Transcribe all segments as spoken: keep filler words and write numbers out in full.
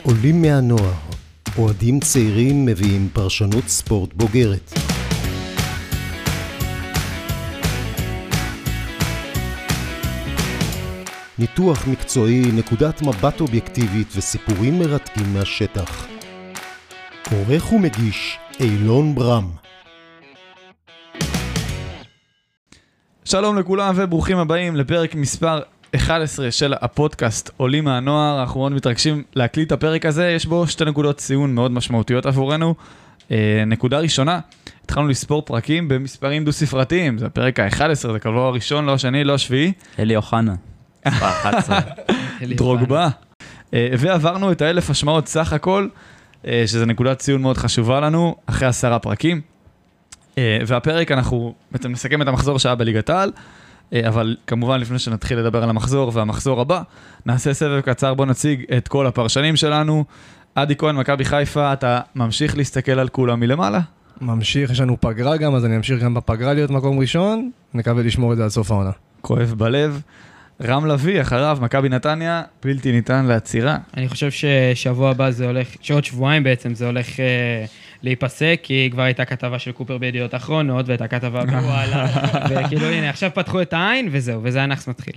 עולים מהנוער, אוהדים צעירים מביאים פרשנות ספורט בוגרת. ניתוח מקצועי, נקודת מבט אובייקטיבית וסיפורים מרתקים מהשטח. עורך ומגיש אילון ברם. שלום לכולם וברוכים הבאים לפרק מספר אחת עשרה של הפודקאסט עולים מהנוער. אנחנו מאוד מתרגשים להקליט את הפרק הזה, יש בו שתי נקודות ציון מאוד משמעותיות עבורנו. אה, נקודה ראשונה, התחלנו לספור פרקים במספרים דו-ספרתיים, זה הפרק ה-אחד עשר, זה כבר הראשון, לא השני, לא השביעי. אלי אוחנה, אחת עשרה. דרוגבה. אה, ועברנו את האלף השמעות סך הכל, אה, שזה נקודת ציון מאוד חשובה לנו, אחרי עשרה פרקים. אה, והפרק אנחנו בעצם נסכם את המחזור שהיה בליגת העל, אבל כמובן לפני שנתחיל לדבר על המחזור והמחזור הבא, נעשה סבב קצר, בוא נציג את כל הפרשנים שלנו. עדי כהן, מכבי חיפה, אתה ממשיך להסתכל על כולם מלמעלה? ממשיך, יש לנו פגרה גם, אז אני אמשיך גם בפגרה להיות מקום ראשון, נקווה לשמור את זה עד סוף העונה. כואב בלב. רם לוי, אחריו, מכבי נתניה, בלתי ניתן לעצירה. אני חושב ששבוע הבא זה הולך, שעוד שבועיים בעצם זה הולך אה, להיפסק, כי כבר הייתה כתבה של קופר בידיעות אחרונות, והייתה כתבה בוואלה, וכאילו הנה, עכשיו פתחו את העין, וזהו, וזה הנכס מתחיל.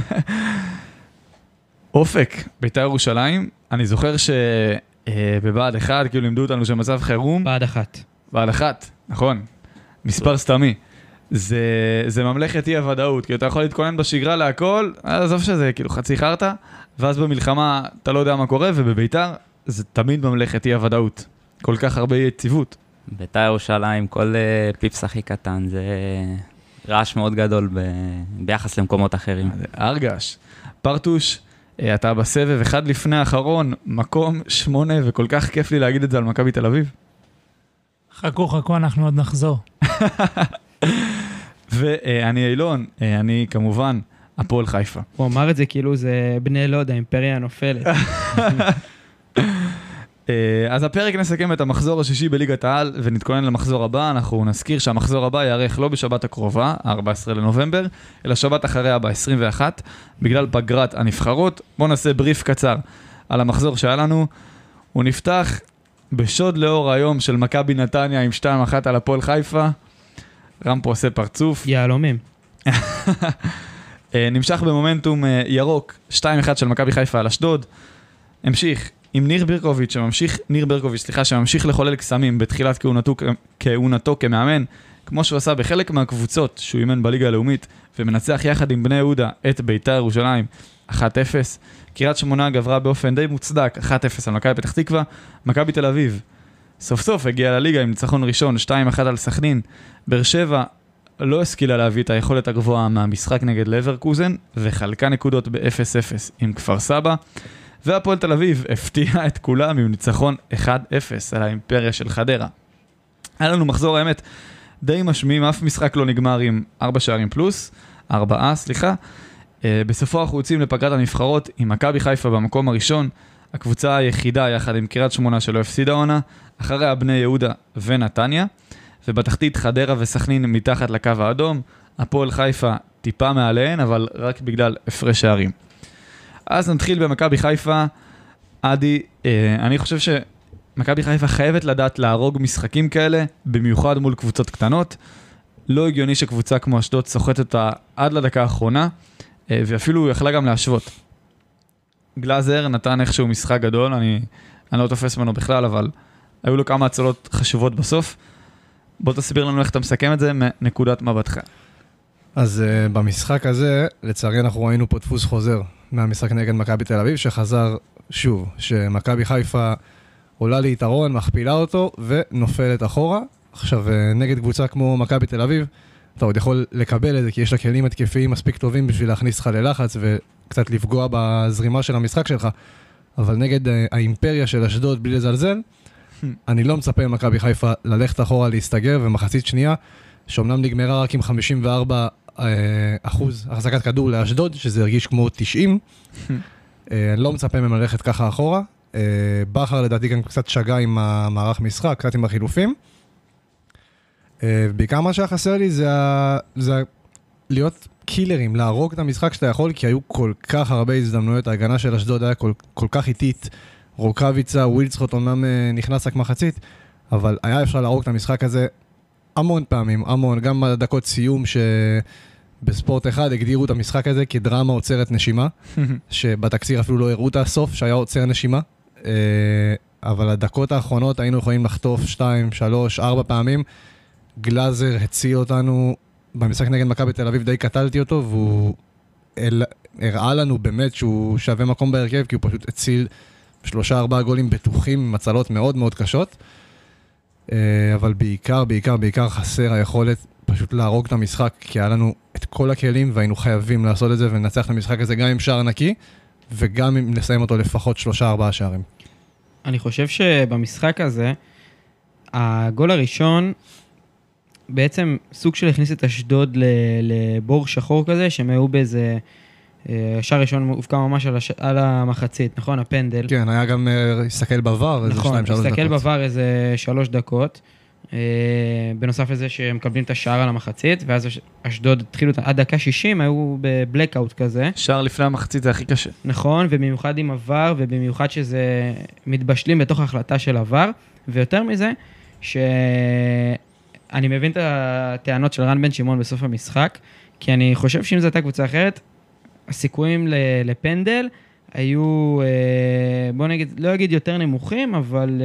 אופק, בית"ר ירושלים, אני זוכר שבבעד אחד, כאילו לימדו אותנו שמצב חירום. בעד אחת. בעד אחת, נכון. מספר סתמי. זה, זה ממלכת אי הוודאות, כי אתה יכול להתכונן בשגרה להכל, עזוב שזה כאילו חצי חרטה, ואז במלחמה אתה לא יודע מה קורה, ובביתר זה תמיד ממלכת אי הוודאות. כל כך הרבה יציבות. בית"ר ירושלים, כל uh, פיפס הכי קטן, זה רעש מאוד גדול ב... ביחס למקומות אחרים. ארגש. פרטוש, אתה בסבב אחד לפני האחרון, מקום שמונה, וכל כך כיף לי להגיד את זה על מכבי תל אביב. חכו, חכו, אנחנו עוד נחזור. ואני אילון, אני כמובן הפועל חיפה. הוא אמר את זה כאילו זה בני לא יודע, אימפריה נופלת. אז הפרק נסכם את המחזור השישי בליגת העל ונתכונן למחזור הבא. אנחנו נזכיר שהמחזור הבא יארך לא בשבת הקרובה, ה-ארבעה עשר לנובמבר, אלא שבת אחריה ב-עשרים ואחת, בגלל פגרת הנבחרות. בואו נעשה בריף קצר על המחזור שהיה לנו. הוא נפתח בשוד לאור היום של מכבי נתניה עם שתיים אחת על הפועל חיפה. רם פה עושה פרצוף. יעלומים. נמשך במומנטום ירוק, שתיים אחת של מכבי חיפה על אשדוד. המשיך עם ניר ברקוביץ' שממשיך, ניר ברקוביץ', סליחה, שממשיך לחולל קסמים בתחילת כהונתו, כהונתו כמאמן, כמו שהוא עשה בחלק מהקבוצות שהוא אימן בליגה הלאומית, ומנצח יחד עם בני יהודה את בית"ר ירושלים אחת אפס. קריית שמונה גברה באופן די מוצדק אחת אפס על מכבי פתח תקווה. מכבי תל אביב סוף סוף הגיעה לליגה עם ניצחון ראשון שתיים אחת על סכנין. באר שבע לא השכילה להביא את היכולת הגבוהה מהמשחק נגד לברקוזן, וחלקה נקודות ב-אפס אפס עם כפר סבא. והפועל תל אביב הפתיעה את כולם עם ניצחון אחד אפס על האימפריה של חדרה. היה לנו מחזור האמת די משמים, אף משחק לא נגמר עם ארבע שערים פלוס, ארבעה, סליחה. בסופו אנחנו יוצאים לפגרת הנבחרות עם מכבי חיפה במקום הראשון, הקבוצה היחידה יחד עם קריית שמונה שלא הפסידה עונה, אחריה בני יהודה ונתניה, ובתחתית חדרה וסכנין מתחת לקו האדום, הפועל חיפה טיפה מעליהן, אבל רק בגלל הפרש שערים. אז נתחיל במכבי חיפה. עדי, אה, אני חושב שמכבי חיפה חייבת לדעת להרוג משחקים כאלה, במיוחד מול קבוצות קטנות. לא הגיוני שקבוצה כמו אשדוד סוחטת אותה עד לדקה האחרונה, אה, ואפילו יכלה גם להשוות. גלאזר נתן איכשהו משחק גדול, אני, אני לא תופס ממנו בכלל, אבל היו לו כמה הצלות חשובות בסוף. בוא תסביר לנו איך אתה מסכם את זה מנקודת מבטך. אז uh, במשחק הזה, לצערי אנחנו ראינו פה דפוס חוזר מהמשחק נגד מכבי תל אביב, שחזר שוב, שמכבי חיפה עולה ליתרון, מכפילה אותו ונופלת אחורה. עכשיו, uh, נגד קבוצה כמו מכבי תל אביב, אתה עוד יכול לקבל את זה, כי יש לה כלים התקפיים מספיק טובים בשביל להכניס לך ללחץ וקצת לפגוע בזרימה של המשחק שלך. אבל נגד uh, האימפריה של אשדוד בלי לזלזל, אני לא מצפה ממכבי חיפה ללכת אחורה להסתגר, ומחצית שנייה, שאומנם נגמרה רק עם חמישים וארבעה אחוז החזקת כדור לאשדוד, שזה הרגיש כמו תשעים. אני לא מצפה ממנו ללכת ככה אחורה. בכר לדעתי גם קצת שגע עם המערך משחק, קצת עם החילופים. בעיקר מה שהיה חסר לי זה, זה להיות קילרים, להרוג את המשחק שאתה יכול, כי היו כל כך הרבה הזדמנויות, ההגנה של אשדוד היה כל, כל כך איטית, רוקאביצה, ווילדסחוט אומנם נכנס רק מחצית, אבל היה אפשר להרוג את המשחק הזה המון פעמים, המון, גם בדקות סיום שבספורט אחד הגדירו את המשחק הזה כדרמה עוצרת נשימה, שבתקציר אפילו לא הראו את הסוף שהיה עוצר נשימה, אבל הדקות האחרונות היינו יכולים לחטוף שתיים, שלוש, ארבע פעמים, גלאזר הציל אותנו, במשחק נגד מכבי תל אביב די קטלתי אותו, והוא אל, הראה לנו באמת שהוא שווה מקום בהרכב, כי הוא פשוט הציל שלושה ארבעה גולים בטוחים, עם מצלות מאוד מאוד קשות, אבל בעיקר, בעיקר, בעיקר חסר היכולת פשוט להרוג את המשחק, כי היה לנו את כל הכלים, והיינו חייבים לעשות את זה, וננצח את המשחק הזה גם עם שער נקי, וגם אם נסיים אותו לפחות שלושה ארבעה שערים. אני חושב שבמשחק הזה, הגול הראשון, בעצם סוג של הכניס את אשדוד לבור שחור כזה, שהם היו באיזה, השער ראשון הופקע ממש על, הש... על המחצית, נכון? הפנדל. כן, היה גם הסתכל בעבר, איזה נכון, שתיים, שלוש דקות. הסתכל בעבר איזה שלוש דקות, בנוסף לזה שהם מקבלים את השער על המחצית, ואז אשדוד התחילו עד דקה שישים, היו בבלקאוט כזה. שער לפני המחצית זה הכי קשה. נכון, ובמיוחד עם עבר, ובמיוחד שזה מתבשלים בתוך ההחלטה של עבר, ויותר מזה, שאני מבין את הטענות של רן בן שמעון בסוף המשחק, כי אני חושב שאם זו הייתה קבוצה אחרת, הסיכויים לפנדל היו, בוא נגיד, לא אגיד יותר נמוכים, אבל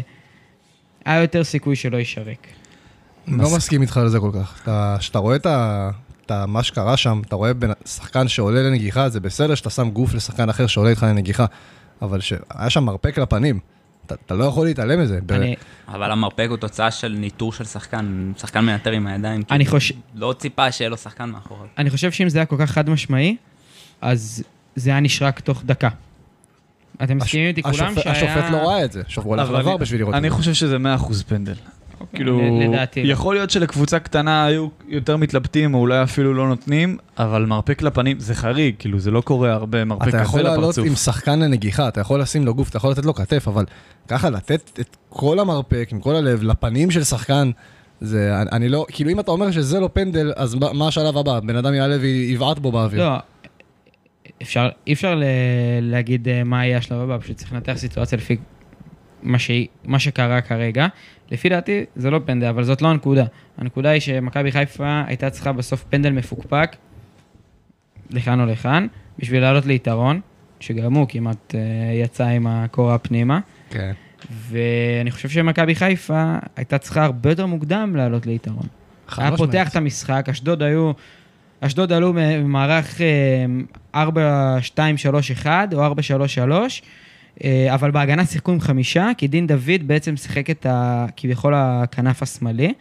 היה יותר סיכוי שלא יישרק. לא מסכים איתך על זה כל כך. כשאתה רואה את מה שקרה שם, אתה רואה שחקן שעולה לנגיחה, זה בסדר שאתה שם גוף לשחקן אחר שעולה איתך לנגיחה, אבל היה שם מרפק לפנים. אתה לא יכול להתעלם מזה. אבל המרפק הוא תוצאה של ניטור של שחקן, שחקן מנטר עם הידיים. אני חושב... לא ציפה שיהיה לו שחקן מאחוריו. אני חושב שאם זה היה כל כך חד משמעי, אז זה היה נשרק תוך דקה. אתם מסכימים איתי כולם שהיה... השופט לא ראה את זה. הוא הלך לעבר בשביל לראות את זה. אני חושב שזה מאה אחוז פנדל. כאילו, יכול להיות שלקבוצה קטנה היו יותר מתלבטים, או אולי אפילו לא נותנים, אבל מרפק לפנים זה חריג, כאילו זה לא קורה הרבה מרפק כזה לפרצוף. אתה יכול לעלות עם שחקן לנגיחה, אתה יכול לשים לו גוף, אתה יכול לתת לו כתף, אבל ככה לתת את כל המרפק, עם כל הלב, לפנים של שחקן, זה, אני לא, כאילו אם אתה אומר שזה לא פנדל, אז מה השלב הבא? בן אדם יעלה ויבעט בו באוויר. לא, אפשר, אי אפשר להגיד מה יהיה השלב הבא, פשוט צריך לנתח סיטואציה לפי מה, ש... מה שקרה כרגע. לפי דעתי זה לא פנדל, אבל זאת לא הנקודה. הנקודה היא שמכבי חיפה הייתה צריכה בסוף פנדל מפוקפק, לכאן או לכאן, בשביל לעלות ליתרון, שגם הוא כמעט יצא עם הקורה הפנימה. כן. ואני חושב שמכבי חיפה הייתה צריכה הרבה יותר מוקדם לעלות ליתרון. היה פותח את המשחק, אשדוד היו... אשדוד עלו במערך ארבע שתיים שלוש אחת או ארבע שלוש שלוש, אבל בהגנה שיחקו עם חמישה, כי דין דוד בעצם שיחק את ה... כביכול הכנף השמאלי,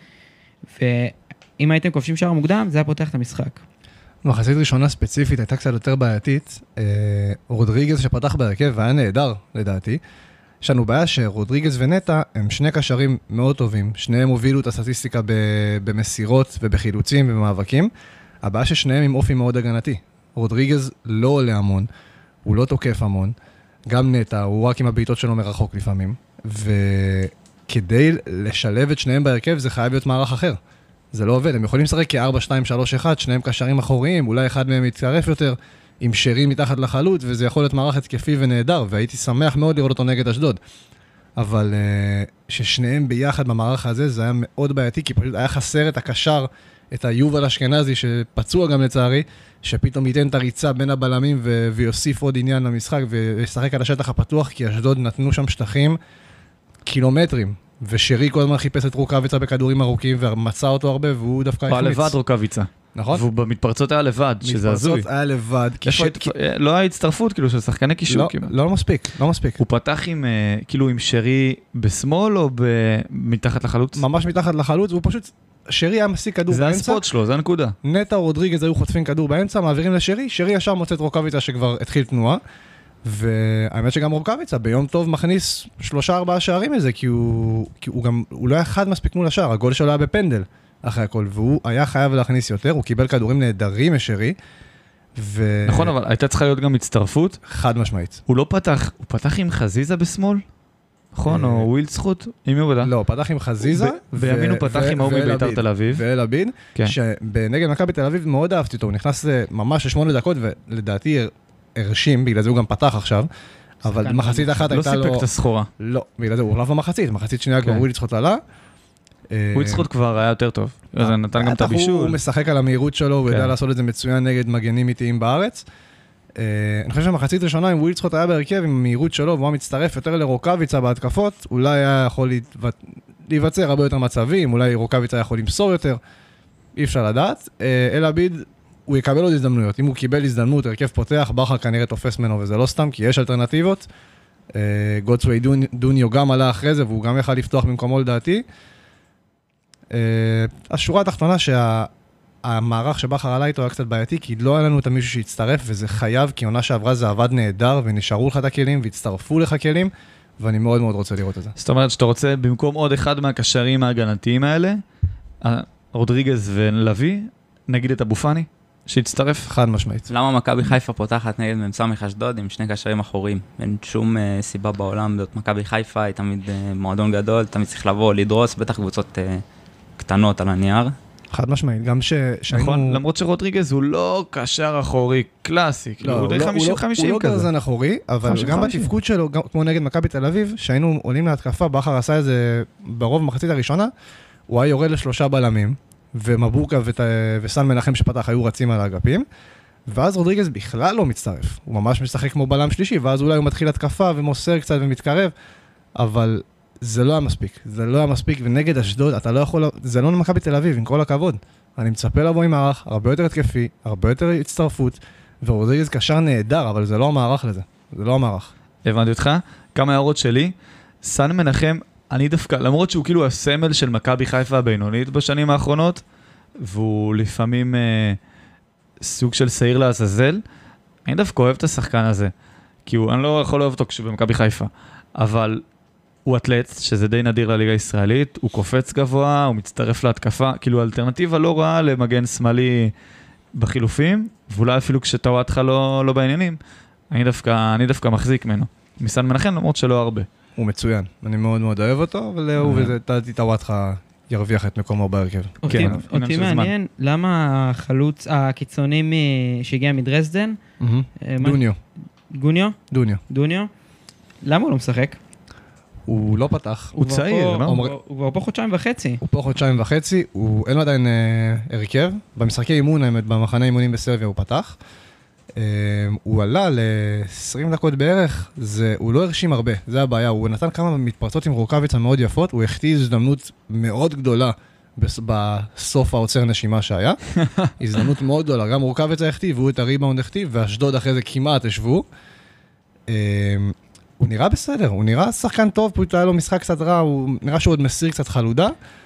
ואם הייתם כובשים שער מוקדם, זה היה פותח את המשחק. מחצית ראשונה ספציפית הייתה קצת יותר בעייתית, רודריגז שפתח בהרכב והיה נהדר לדעתי, יש לנו בעיה שרודריגז ונטה הם שני קשרים מאוד טובים, שניהם הובילו את הסטטיסטיקה במסירות ובחילוצים ובמאבקים, הבעיה ששניהם עם אופי מאוד הגנתי. רודריגז לא עולה המון, הוא לא תוקף המון, גם נטע, הוא רק עם הבעיטות שלו מרחוק לפעמים, וכדי לשלב את שניהם בהרכב זה חייב להיות מערך אחר. זה לא עובד, הם יכולים לשחק כ-ארבע שתיים שלוש אחת, שניהם קשרים אחוריים, אולי אחד מהם יתקרף יותר, עם שרי מתחת לחלוץ, וזה יכול להיות מערך התקפי ונהדר, והייתי שמח מאוד לראות אותו נגד אשדוד. אבל ששניהם ביחד במערך הזה, זה היה מאוד בעייתי, כי פשוט היה חסר את הקשר, את היובל אשכנזי שפצוע גם לצערי, שפתאום ייתן את הריצה בין הבלמים ו- ויוסיף עוד עניין למשחק וישחק על השטח הפתוח, כי אשדוד נתנו שם שטחים קילומטרים, ושרי כל הזמן חיפש את רוקאביצה בכדורים ארוכים ומצא אותו הרבה, והוא דווקא הוא היה לבד רוקאביצה. נכון? והוא במתפרצות היה לבד, שזה הזוי. מתפרצות היה לבד. לא היה הצטרפות כאילו של שחקני קישור כמעט. לא מספיק, לא מספיק. הוא פתח עם, כאילו עם שרי בשמאל או מתחת לחלוץ? ממש מתחת לחלוץ, והוא פשוט... שרי היה משיג כדור זה באמצע. זה הספוט שלו, זה הנקודה. נטע או רודריגז היו חוטפים כדור באמצע, מעבירים לשרי, שרי ישר מוצא את רוקאביצה שכבר התחיל תנועה, והאמת שגם רוקאביצה ביום טוב מכניס שלושה ארבעה שערים מזה, כי הוא, כי הוא גם, הוא לא היה חד מספיק מול השער, הגול שלו היה בפנדל אחרי הכל, והוא היה חייב להכניס יותר, הוא קיבל כדורים נהדרים משרי, ו... נכון, אבל הייתה צריכה להיות גם הצטרפות. חד משמעית. הוא לא פתח, הוא פתח עם חזיזה בשמאל? נכון, או ווילדסחוט, עם מי הוא בדק? לא, פתח עם חזיזה. בימין הוא פתח עם ההוא מביתר תל אביב. ואלביד, שבנגד מכבי תל אביב מאוד אהבתי אותו, הוא נכנס ממש לשמונה דקות, ולדעתי הרשים, בגלל זה הוא גם פתח עכשיו, אבל שחקן מחצית אחת לא הייתה לו... סיפק את הסחורה. לא, בגלל זה הוא הוחלף במחצית, מחצית שנייה כבר וויל יצחוט עלה. וויל יצחוט כבר היה יותר טוב, אז נתן גם את הבישול. הוא משחק על המהירות שלו, הוא יודע כן. לעשות את זה מצוין נגד מגנים איטיים בארץ. אני חושב שהמחצית ראשונה, אם וויל יצחוט היה בהרכב עם המהירות שלו, והוא מצטרף יותר לרוקאביצה בהתקפות, אולי היה יכול להיווצר הרבה יותר מצבים, אולי רוקאביצה היה יכול למסור יותר, אי אפשר לדעת. אל עביד, הוא יקבל עוד הזדמנויות. אם הוא קיבל הזדמנות, הרכב פותח, בכר כנראה תופס ממנו, וזה לא סתם, כי יש אלטרנטיבות. גודסווי דוניו גם עלה אחרי זה, והוא גם יכל לפתוח במקומו לדעתי. השורה התחתונה שהמערך שבכר עלה איתו היה קצת בעייתי, כי לא היה לנו את מישהו שהצטרף, וזה חייב, כי עונה שעברה זה עבד נהדר, ונשארו לך את הכלים, והצטרפו לך כלים, ואני מאוד מאוד רוצה לראות את זה. זאת אומרת שאתה רוצה, במקום עוד אחד מהקשרים ההגנתיים האלה, רודריגז ולוי, נגיד את אבו פאני, שהצטרף. חד משמעית. למה מכבי חיפה פותחת נגד מ"ס אשדוד עם שני קשרים אחוריים? אין שום uh, סיבה בעולם, זאת מכבי חיפה היא תמיד uh, מועדון גדול, תמיד צריך לבוא, לדרוס, בטח קבוצות uh, קטנות על הנייר. חד משמעית, גם ש... נכון, למרות שרודריגז הוא לא קשר אחורי קלאסי, כאילו הוא די חמישים חמישים כזה. הוא לא גרזן אחורי, אבל גם בתפקוד שלו, כמו נגד מכבי תל אביב, שהיינו עולים להתקפה, בכר עשה את זה ברוב המחצית הראשונה, הוא היה יורד לשלושה בלמים, ומבוקה וסן מנחם שפתח היו רצים על האגפים, ואז רודריגז בכלל לא מצטרף. הוא ממש משחק כמו בלם שלישי, ואז אולי הוא מתחיל התקפה ומוסר קצת ומתקרב, אבל זה לא היה מספיק. זה לא היה מספיק, ונגד אשדוד, אתה לא יכול... זה לא מכבי תל אביב, עם כל הכבוד. אני מצפה לבוא עם מערך, הרבה יותר התקפי, הרבה יותר הצטרפות, ורודריגז קשר נהדר, אבל זה לא המערך לזה. זה לא המערך. הבנתי אותך. כמה הערות שלי. סן מנחם, אני דווקא, למרות שהוא כאילו הסמל של מכבי חיפה הבינונית בשנים האחרונות, והוא לפעמים אה, סוג של שעיר לעזאזל, אני דווקא אוהב את השחקן הזה. כי הוא, אני לא יכול לאהוב אותו כשהוא במכבי חיפה, אבל הוא אתלט, שזה די נדיר לליגה הישראלית, הוא קופץ גבוה, הוא מצטרף להתקפה, כאילו אלטרנטיבה לא רעה למגן שמאלי בחילופים, ואולי אפילו כשטוואטך לא, לא בעניינים, אני דווקא, אני דווקא מחזיק ממנו. מסן מנחם, למרות שלא הרבה. הוא מצוין, אני מאוד מאוד אוהב אותו, אבל הוא וטוואטך ירוויח את מקומו בהרכב. אותי מעניין, למה החלוץ, הקיצוני שהגיע מדרזדן, דוניו. גוניו? דוניו. דוניו? למה הוא לא משחק? הוא לא פתח. הוא צעיר, לא? הוא כבר פה חודשיים וחצי. הוא פה חודשיים וחצי, אין לו עדיין הרכב. במשחקי אימון, האמת, במחנה אימונים בסרביה הוא פתח. הוא עלה ל-עשרים דקות בערך, הוא לא הרשים הרבה, זה הבעיה. הוא נתן כמה מתפרצות עם רוקאביצה מאוד יפות, הוא החטיא הזדמנות מאוד גדולה בסוף העוצר נשימה שהיה. הזדמנות מאוד גדולה, גם רוקאביצה החטיא, והוא את הריבאונד החטיא, ואשדוד אחרי זה כמעט השבו. הוא נראה בסדר, הוא נראה שחקן טוב, פשוט היה לו משחק קצת רע, הוא נראה שהוא עוד מסיר קצת חלודה.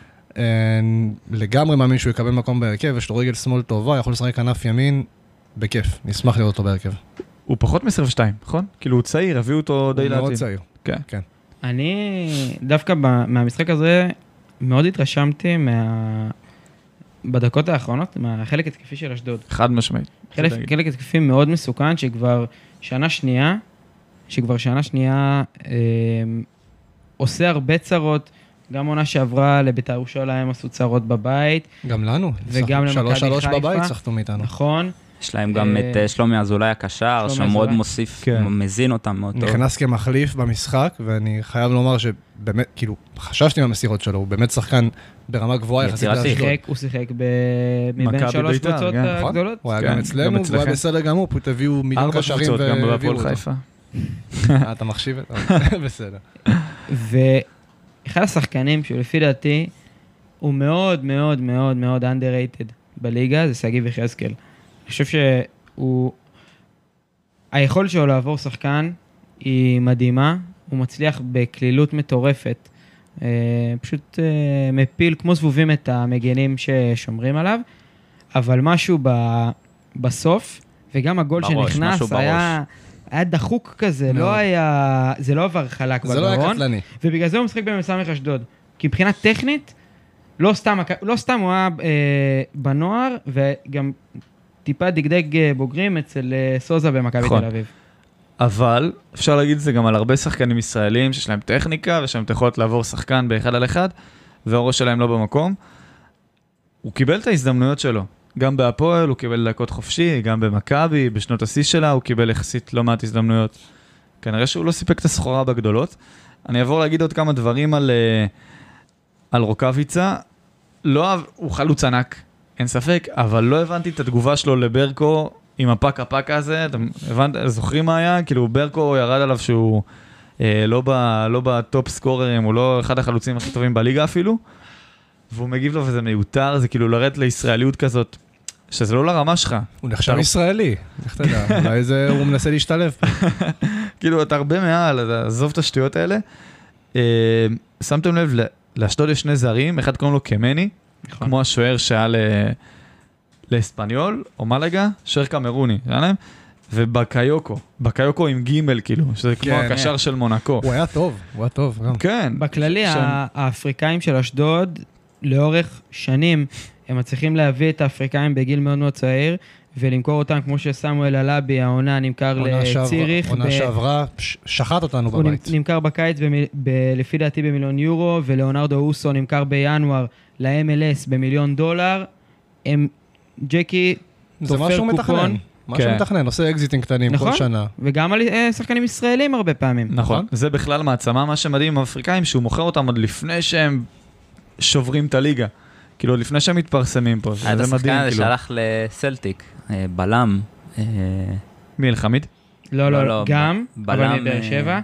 לגמרי מאמין שהוא יקבל מקום בהרכב, יש לו רגל שמאל טובה, יכול לשחק כנף ימין, בכיף, נשמח לראות אותו בהרכב. הוא פחות מ-עשרים ושתיים, נכון? כאילו הוא צעיר, הביאו אותו די לעתיד. הוא מאוד צעיר. כן. כן. אני דווקא מהמשחק הזה מאוד התרשמתי מה... בדקות האחרונות, מהחלק התקפי של אשדוד. חד משמעית. חלק, חלק התקפי מאוד מסוכן, שכבר שנה שנייה, שכבר שנה שנייה אה, עושה הרבה צרות, גם עונה שעברה לבית"ר ירושלים עשו צרות בבית. גם לנו. וגם למכבי חיפה. שלוש שלוש בבית שחטו מאיתנו. נכון. יש להם גם את שלומי אזולאי הקשר, שמאוד מוסיף, מזין אותם מאוד טוב. נכנס כמחליף במשחק, ואני חייב לומר שבאמת, כאילו, חששתי מהמסירות שלו, הוא באמת שחקן ברמה גבוהה יחסית לאשדוד. הוא שיחק מבין שלוש קבוצות הגדולות. הוא היה גם אצלנו, הוא היה בסדר גמור, פשוט הביאו מיליון קשרים והביאו אותו. אתה מחשיב את זה? בסדר. ואחד השחקנים שלפי דעתי, הוא מאוד מאוד מאוד מאוד underrated בליגה, זה שגיב יחזקאל. אני חושב שהוא... היכולת שלו לעבור שחקן היא מדהימה, הוא מצליח בכלילות מטורפת, פשוט מפיל כמו זבובים את המגנים ששומרים עליו, אבל משהו בסוף, וגם הגול שנכנס היה... היה דחוק כזה, לא היה... זה לא עבר חלק בגרון. זה לא היה קטלני. ובגלל זה הוא משחק במ"ס אשדוד. כי מבחינה טכנית, לא סתם, לא סתם הוא היה אה, בנוער, וגם טיפה דגדג בוגרים אצל אה, סוזה במכבי תל אביב. אבל אפשר להגיד את זה גם על הרבה שחקנים ישראלים, שיש להם טכניקה, ושהם יכולות לעבור שחקן באחד על אחד, והראש שלהם לא במקום. הוא קיבל את ההזדמנויות שלו. גם בהפועל הוא קיבל דקות חופשי, גם במכבי, בשנות השיא שלה הוא קיבל יחסית לא מעט הזדמנויות. כנראה שהוא לא סיפק את הסחורה בגדולות. אני אעבור להגיד עוד כמה דברים על, על רוקאביצה. לא, הוא חלוץ ענק, אין ספק, אבל לא הבנתי את התגובה שלו לברקו עם הפאק הפאק הזה. אתם הבנת, זוכרים מה היה? כאילו ברקו ירד עליו שהוא אה, לא, ב, לא בטופ סקוררים, הוא לא אחד החלוצים הכי טובים בליגה אפילו, והוא מגיב לו וזה מיותר, זה כאילו לרדת לישראליות כזאת, שזה לא לרמה שלך. הוא נחשב ישראלי, איך אתה יודע, אולי זה הוא מנסה להשתלב. כאילו, אתה הרבה מעל, עזוב את השטויות האלה. שמתם לב, לאשדוד יש שני זרים, אחד קוראים לו קמני, כמו השוער שהיה לאספניול, או מלגה, שוער קמרוני, ובקיוקו, בקיוקו עם גימל, כאילו, שזה כמו הקשר של מונקו. הוא היה טוב, הוא היה טוב. כן. בכללי, האפריקאים של אשדוד, לאורך שנים, הם מצליחים להביא את האפריקאים בגיל מאוד מאוד צעיר, ולמכור אותם כמו שסמואל אלאבי, העונה נמכר לציריך. עונה שעברה, שחט אותנו בבית. הוא נמכר בקיץ, לפי דעתי במיליון יורו, ולאונרדו אוסו נמכר בינואר ל-אם אל אס במיליון דולר. הם, ג'קי, תופר קופון. משהו מתכנן, עושה אקזיטים קטנים כל שנה. וגם על שחקנים ישראלים הרבה פעמים. נכון. זה בכלל מעצמה, מה שמדהים עם האפריקאים, שהוא מוכר אותם עוד לפני שהם שוברים את הליגה. כאילו, לפני שהם מתפרסמים פה. היה את השחקן הזה שהלך לסלטיק, בלם. מי, אלחמיד? לא, לא, גם, אבל מבאר שבע.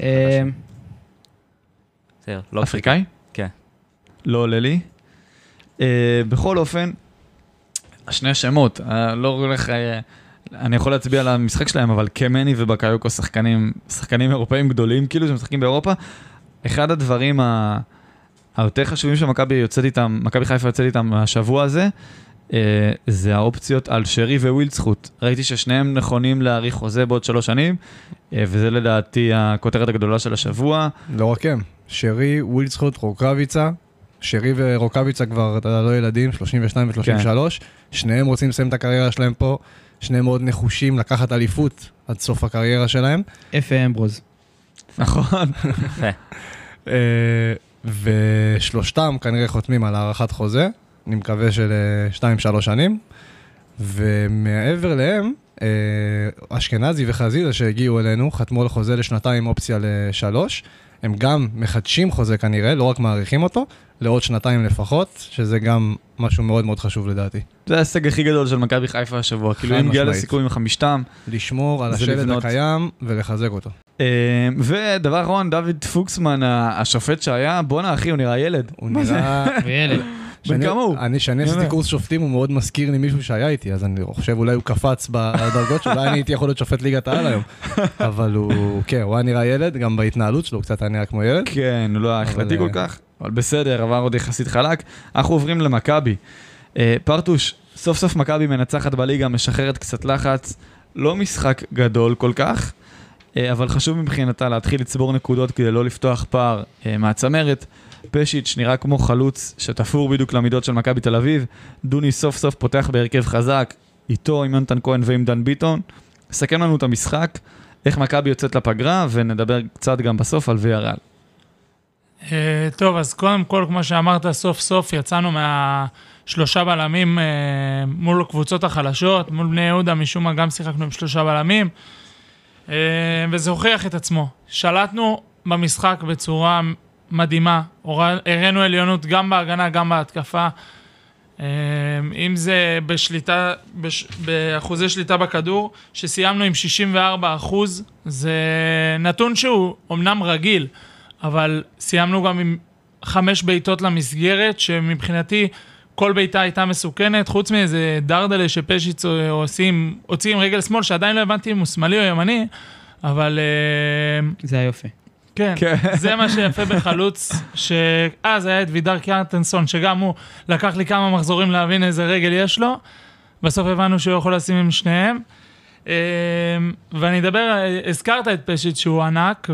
אפריקאי? כן. לא עולה לי. בכל אופן, השני השמות, לא הולך, אני יכול להצביע על המשחק שלהם, אבל קמני ובקיוקו שחקנים, שחקנים אירופאים גדולים, כאילו, שמשחקים באירופה. אחד הדברים ה... היותר חשובים שמכבי יוצאת איתם, מכבי חיפה יוצאת איתם השבוע הזה, זה האופציות על שרי ווילדסחוט. ראיתי ששניהם נכונים להאריך חוזה בעוד שלוש שנים, וזה לדעתי הכותרת הגדולה של השבוע. לא רק הם, שרי, ווילדסחוט, רוקאביצה, שרי ורוקאביצה כבר לא ילדים, שלושים ושתיים ו-שלושים ושלוש, שניהם רוצים לסיים את הקריירה שלהם פה, שניהם מאוד נחושים לקחת אליפות עד סוף הקריירה שלהם. איפה אמברוז. נכון. ושלושתם כנראה חותמים על הערכת חוזה, אני מקווה של שתיים שלוש שנים, ומעבר להם, אשכנזי וחזיזה שהגיעו אלינו, חתמו על חוזה לשנתיים אופציה לשלוש, הם גם מחדשים חוזה כנראה, לא רק מעריכים אותו, לעוד שנתיים לפחות, שזה גם משהו מאוד מאוד חשוב לדעתי. זה ההישג הכי גדול של מכבי חיפה השבוע, כאילו אם הגיע לסיכוי עם חמישתם. לשמור על השלד הקיים ולחזק אותו. ודבר אחרון, דוד פוקסמן, השופט שהיה, בואנה אחי, הוא נראה ילד. הוא נראה... וילד. בן כמה הוא? אני שאני עשיתי קורס שופטים, הוא מאוד מזכיר לי מישהו שהיה איתי, אז אני חושב אולי הוא קפץ בדרגות שלו, אולי אני הייתי יכול להיות שופט ליגת העל היום. אבל הוא, כן, הוא היה נראה ילד, גם בהתנהלות שלו, הוא קצת היה נראה כמו ילד. כן, הוא לא היה החלטי כל כך, אבל בסדר, עבר עוד יחסית חלק. אנחנו עוברים למכבי. פרטוש, סוף סוף מכבי מנצחת בליגה, משחררת קצת לחץ, לא משחק גדול כל כך, אבל חשוב מבחינתה להתחיל לצבור נקודות כדי לא לפתוח פער מהצמרת. פשיץ' נראה כמו חלוץ שתפור בדיוק למידות של מכבי תל אביב. דוני סוף סוף פותח בהרכב חזק, איתו עם יונתן כהן ועם דן ביטון. סכם לנו את המשחק, איך מכבי יוצאת לפגרה, ונדבר קצת גם בסוף על ויאריאל. טוב, אז קודם כל, כמו שאמרת, סוף סוף יצאנו מהשלושה בלמים מול קבוצות החלשות, מול בני יהודה, משום מה גם שיחקנו עם שלושה בלמים, וזה הוכיח את עצמו. שלטנו במשחק בצורה מדהימה, הראינו עליונות גם בהגנה, גם בהתקפה, אם זה בשליטה, באחוזי שליטה בכדור, שסיימנו עם שישים וארבעה אחוז, זה נתון שהוא אמנם רגיל, אבל סיימנו גם עם חמש ביתות למסגרת, שמבחינתי כל ביתה הייתה מסוכנת, חוץ מאיזה דרדלה שפשיץ עושים, הוצאים רגל שמאל, שעדיין לא הבנתי אם הוא שמאלי או ימני, אבל... זה היופי. כן, זה מה שיפה בחלוץ, שאז היה את וידר קיארטנסון, שגם הוא לקח לי כמה מחזורים להבין איזה רגל יש לו, בסוף הבנו שהוא יכול לשים עם שניהם, ואני אדבר, הזכרת את פשיץ שהוא ענק,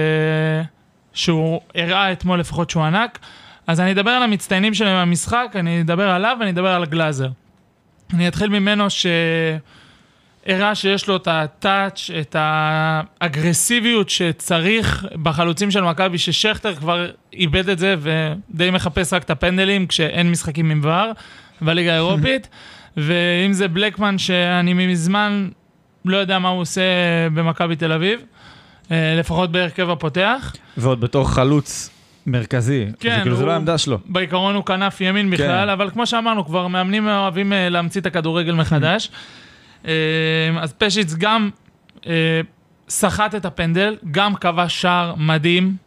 ושהוא הראה אתמול לפחות שהוא ענק, אז אני אדבר על המצטיינים שלהם במשחק, אני אדבר עליו ואני אדבר על גלאזר. אני אתחיל ממנו ש... הראה שיש לו את הטאץ', את האגרסיביות שצריך בחלוצים של מכבי, ששכטר כבר איבד את זה ודי מחפש רק את הפנדלים כשאין משחקים עם ור בליגה האירופית, ואם זה בלקמן שאני מזמן לא יודע מה הוא עושה במכבי תל אביב, לפחות בהרכב הפותח. ועוד בתור חלוץ מרכזי, כן, כאילו זה לא העמדה שלו. בעיקרון הוא כנף ימין בכלל, אבל כמו שאמרנו, כבר מאמנים אוהבים להמציא את הכדורגל מחדש. אז פשיץ גם שחט את הפנדל, גם קבע שער מדהים,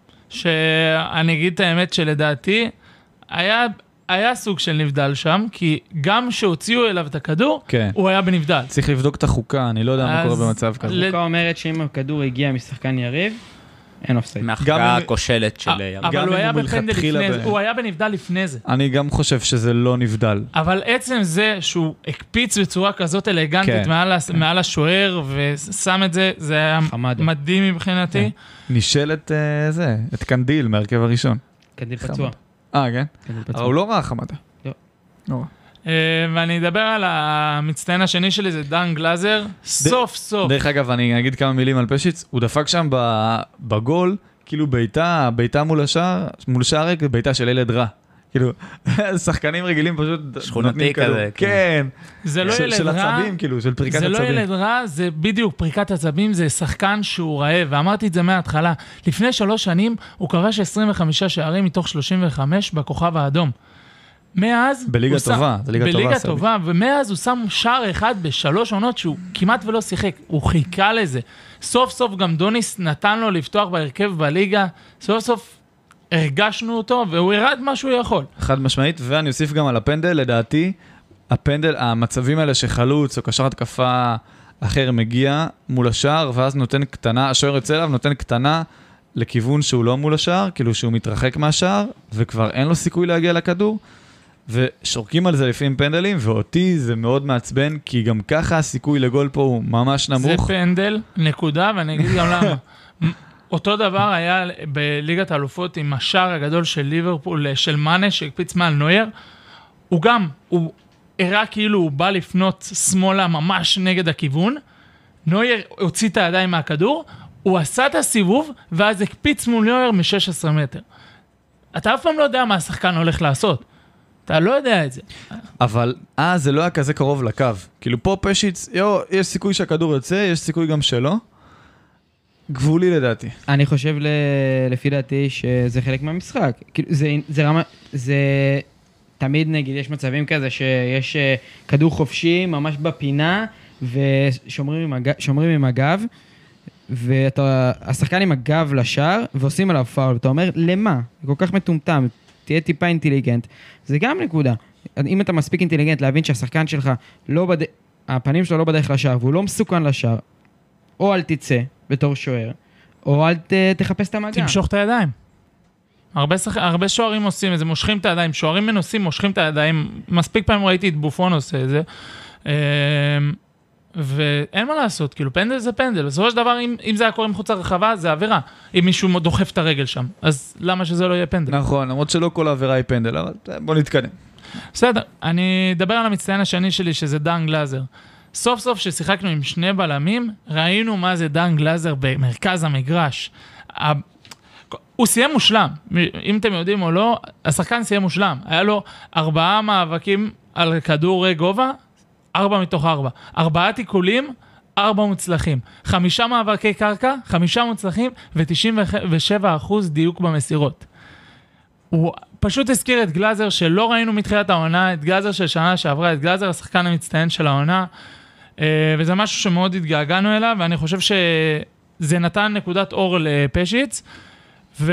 שאני אגיד את האמת שלדעתי, היה... היה סוג של נבדל שם, כי גם שהוציאו אליו את הכדור, כן. הוא היה בנבדל. צריך לבדוק את החוקה, אני לא יודע מה קורה במצב כזה. החוקה אומרת שאם הכדור הגיע משחקן יריב, אין אופסייד. מהחקה הכושלת של יריב. אבל הוא היה בפנדל לפני זה, הוא היה בנבדל לפני זה. אני גם חושב שזה לא נבדל. אבל עצם זה שהוא הקפיץ בצורה כזאת אלגנטית מעל השוער, ושם את זה, זה היה מדהים מבחינתי. נשאלת זה, את קנדיל מהרכב הראשון. קנדיל פצוע. אה, כן? אבל הוא לא רע חמדה. לא. לא רע. ואני אדבר על המצטיין השני שלי, זה דן גלאזר, סוף סוף. דרך אגב, אני אגיד כמה מילים על פשיץ, הוא דפק שם בגול, כאילו ביתה, ביתה מול השער, מול שער ריק, ביתה של ילד רע. כאילו, שחקנים רגילים פשוט... שכונתי כזה. כן. זה לא ילד רע. של עצבים, כאילו, של פריקת עצבים. זה לא ילד רע, זה בדיוק פריקת עצבים, זה שחקן שהוא רעב, ואמרתי את זה מההתחלה. לפני שלוש שנים הוא כבש עשרים וחמישה שערים מתוך שלושים וחמש בכוכב האדום. מאז... בליגה טובה, זה ליגה טובה. בליגה טובה, ומאז הוא שם שער אחד בשלוש עונות שהוא כמעט ולא שיחק, הוא חיכה לזה. סוף סוף גם דוניס נתן לו לפתוח בהרכב בליגה, סוף סוף הרגשנו אותו, והוא ירד מה שהוא יכול. חד משמעית, ואני אוסיף גם על הפנדל, לדעתי, הפנדל, המצבים האלה שחלוץ או קשר התקפה אחר מגיע מול השער, ואז נותן קטנה, השוער יוצא אליו, נותן קטנה לכיוון שהוא לא מול השער, כאילו שהוא מתרחק מהשער, וכבר אין לו סיכוי להגיע לכדור, ושורקים על זה לפעמים פנדלים, ואותי זה מאוד מעצבן, כי גם ככה הסיכוי לגול פה הוא ממש נמוך. זה פנדל, נקודה, ואני אגיד גם למה. אותו דבר היה בליגת האלופות עם השער הגדול של ליברפול, של מאנה, שהקפיץ מעל נויר. הוא גם, הוא הראה כאילו הוא בא לפנות שמאלה ממש נגד הכיוון. נויר הוציא את הידיים מהכדור, הוא עשה את הסיבוב, ואז הקפיץ מול נויר מ-שש עשרה מטר. אתה אף פעם לא יודע מה השחקן הולך לעשות. אתה לא יודע את זה. אבל, אה, זה לא היה כזה קרוב לקו. כאילו פה פשיץ, יו, יש סיכוי שהכדור יוצא, יש סיכוי גם שלא. גבולי לדעתי. אני חושב לפי דעתי שזה חלק מהמשחק. כאילו זה, זה רמה, זה תמיד נגיד, יש מצבים כזה שיש כדור חופשי ממש בפינה, ושומרים עם הגב, שומרים עם הגב, והשחקן עם הגב לשער, ועושים עליו פאול, ואתה אומר, למה? זה כל כך מטומטם, תהיה טיפה אינטליגנט. זה גם נקודה. אם אתה מספיק אינטליגנט להבין שהשחקן שלך, לא בד... הפנים שלו לא בדרך לשער, והוא לא מסוכן לשער, או אל תצא בתור שוער, או אל ת... תחפש את המגע. תמשוך את הידיים. הרבה, שח... הרבה שוערים עושים את זה, מושכים את הידיים, שוערים מנוסים, מושכים את הידיים, מספיק פעמים ראיתי את בופון עושה את זה, ואין מה לעשות, כאילו פנדל זה פנדל, בסופו של דבר אם, אם זה היה קורה מחוץ לרחבה, זה עבירה, אם מישהו דוחף את הרגל שם, אז למה שזה לא יהיה פנדל? נכון, למרות שלא כל העבירה היא פנדל, אבל בוא נתקדם. בסדר, אני אדבר על המצטיין השני שלי, שזה דן גלאזר. סוף סוף ששיחקנו עם שני בלמים, ראינו מה זה דן גלאזר במרכז המגרש. הוא סיים מושלם, אם אתם יודעים או לא, השחקן סיים מושלם. היה לו ארבעה מאבקים על כדור גובה, ארבע מתוך ארבע. ארבעה תיקולים, ארבע מוצלחים. חמישה מאבקי קרקע, חמישה מוצלחים, ו-תשעים ושבע אחוז דיוק במסירות. הוא פשוט הזכיר את גלאזר שלא ראינו מתחילת העונה, את גלאזר של שנה שעברה, את גלאזר השחקן המצטיין של העונה, וזה משהו שמאוד התגעגענו אליו, ואני חושב שזה נתן נקודת אור לפשיץ, ו...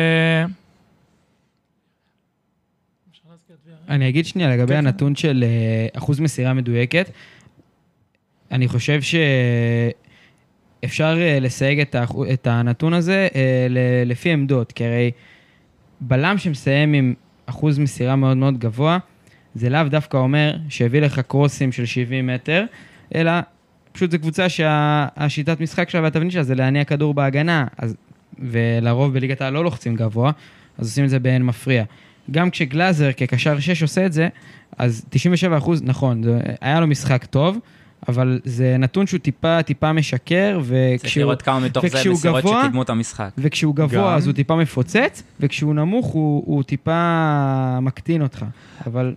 אני אגיד שנייה, לגבי הנתון של אחוז מסירה מדויקת, אני חושב שאפשר לסייג את הנתון הזה לפי עמדות, כי הרי בלם שמסיים עם אחוז מסירה מאוד מאוד גבוה, זה לאו דווקא אומר שהביא לך קרוסים של שבעים מטר, אלא פשוט זו קבוצה שהשיטת משחק שלה והתבנית שלה זה להניע כדור בהגנה, אז, ולרוב בליגת העל לא לוחצים גבוה, אז עושים את זה באין מפריע. גם כשגלאזר כקשר שש עושה את זה, אז תשעים ושבע אחוז, נכון, זה, היה לו משחק טוב, אבל זה נתון שהוא טיפה, טיפה משקר, וכשהוא, צריך לראות כמה מתוך זה מסירות שקידמו את המשחק. וכשהוא גבוה, גם. אז הוא טיפה מפוצץ, וכשהוא נמוך, הוא, הוא טיפה מקטין אותך. אבל...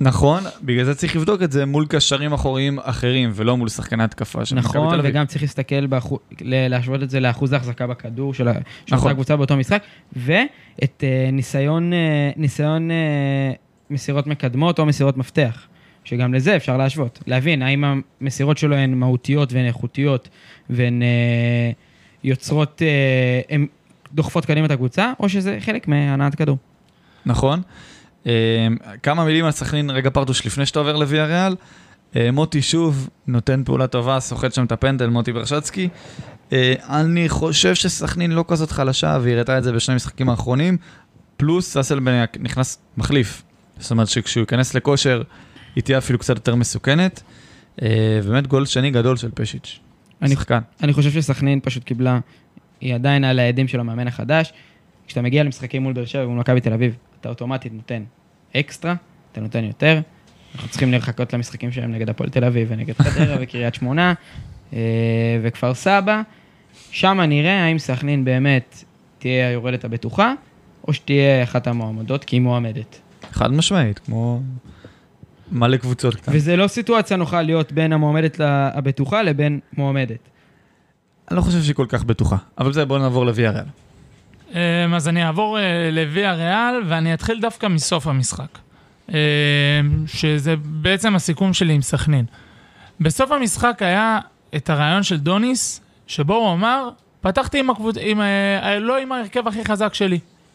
נכון, בגלל זה צריך לבדוק את זה מול קשרים אחוריים אחרים, ולא מול שחקני התקפה של מכבי תל נכון, אביב. וגם צריך להסתכל, באחו... ל- להשוות את זה לאחוז ההחזקה בכדור של, ה... של נכון. הקבוצה באותו משחק, ואת uh, ניסיון, uh, ניסיון uh, מסירות מקדמות או מסירות מפתח, שגם לזה אפשר להשוות. להבין, האם המסירות שלו הן מהותיות והן איכותיות, והן uh, יוצרות, uh, הן דוחפות קדימה את הקבוצה, או שזה חלק מהנעת כדור. נכון. Uh, כמה מילים על סכנין, רגע פרטוש, לפני שאתה עובר לויה ריאל. Uh, מוטי שוב נותן פעולה טובה, סוחט שם את הפנדל, מוטי ברשצקי. Uh, אני חושב שסכנין לא כזאת חלשה, והיא הראתה את זה בשני המשחקים האחרונים, פלוס אסלבנק נכנס מחליף. זאת אומרת שכשהוא ייכנס לכושר, היא תהיה אפילו קצת יותר מסוכנת. Uh, באמת גול שני גדול של פשיץ'. אני, שחקן. אני חושב שסכנין פשוט קיבלה, היא עדיין על היעדים של המאמן החדש. כשאתה מגיע למשחקים מול באר שבע ומול מכבי תל אביב, אתה אוטומטית נותן אקסטרה, אתה נותן יותר. אנחנו צריכים לחכות למשחקים שלהם נגד הפועל תל אביב ונגד חדרה וקריית שמונה וכפר סבא. שם נראה האם סכנין באמת תהיה היורדת הבטוחה, או שתהיה אחת המועמדות, כי היא מועמדת. חד משמעית, כמו מלא קבוצות קטנות. וזה לא סיטואציה נוכל להיות בין המועמדת הבטוחה לבין מועמדת. אני לא חושב שהיא כל כך בטוחה, אבל זה בואו נעבור לויה ריאל. אז אני אעבור לויה ריאל, ואני אתחיל דווקא מסוף המשחק. שזה בעצם הסיכום שלי עם סכנין. בסוף המשחק היה את הרעיון של דוניס, שבו הוא אמר, פתחתי עם הקבוצ... עם... לא עם ההרכב הכי חזק שלי.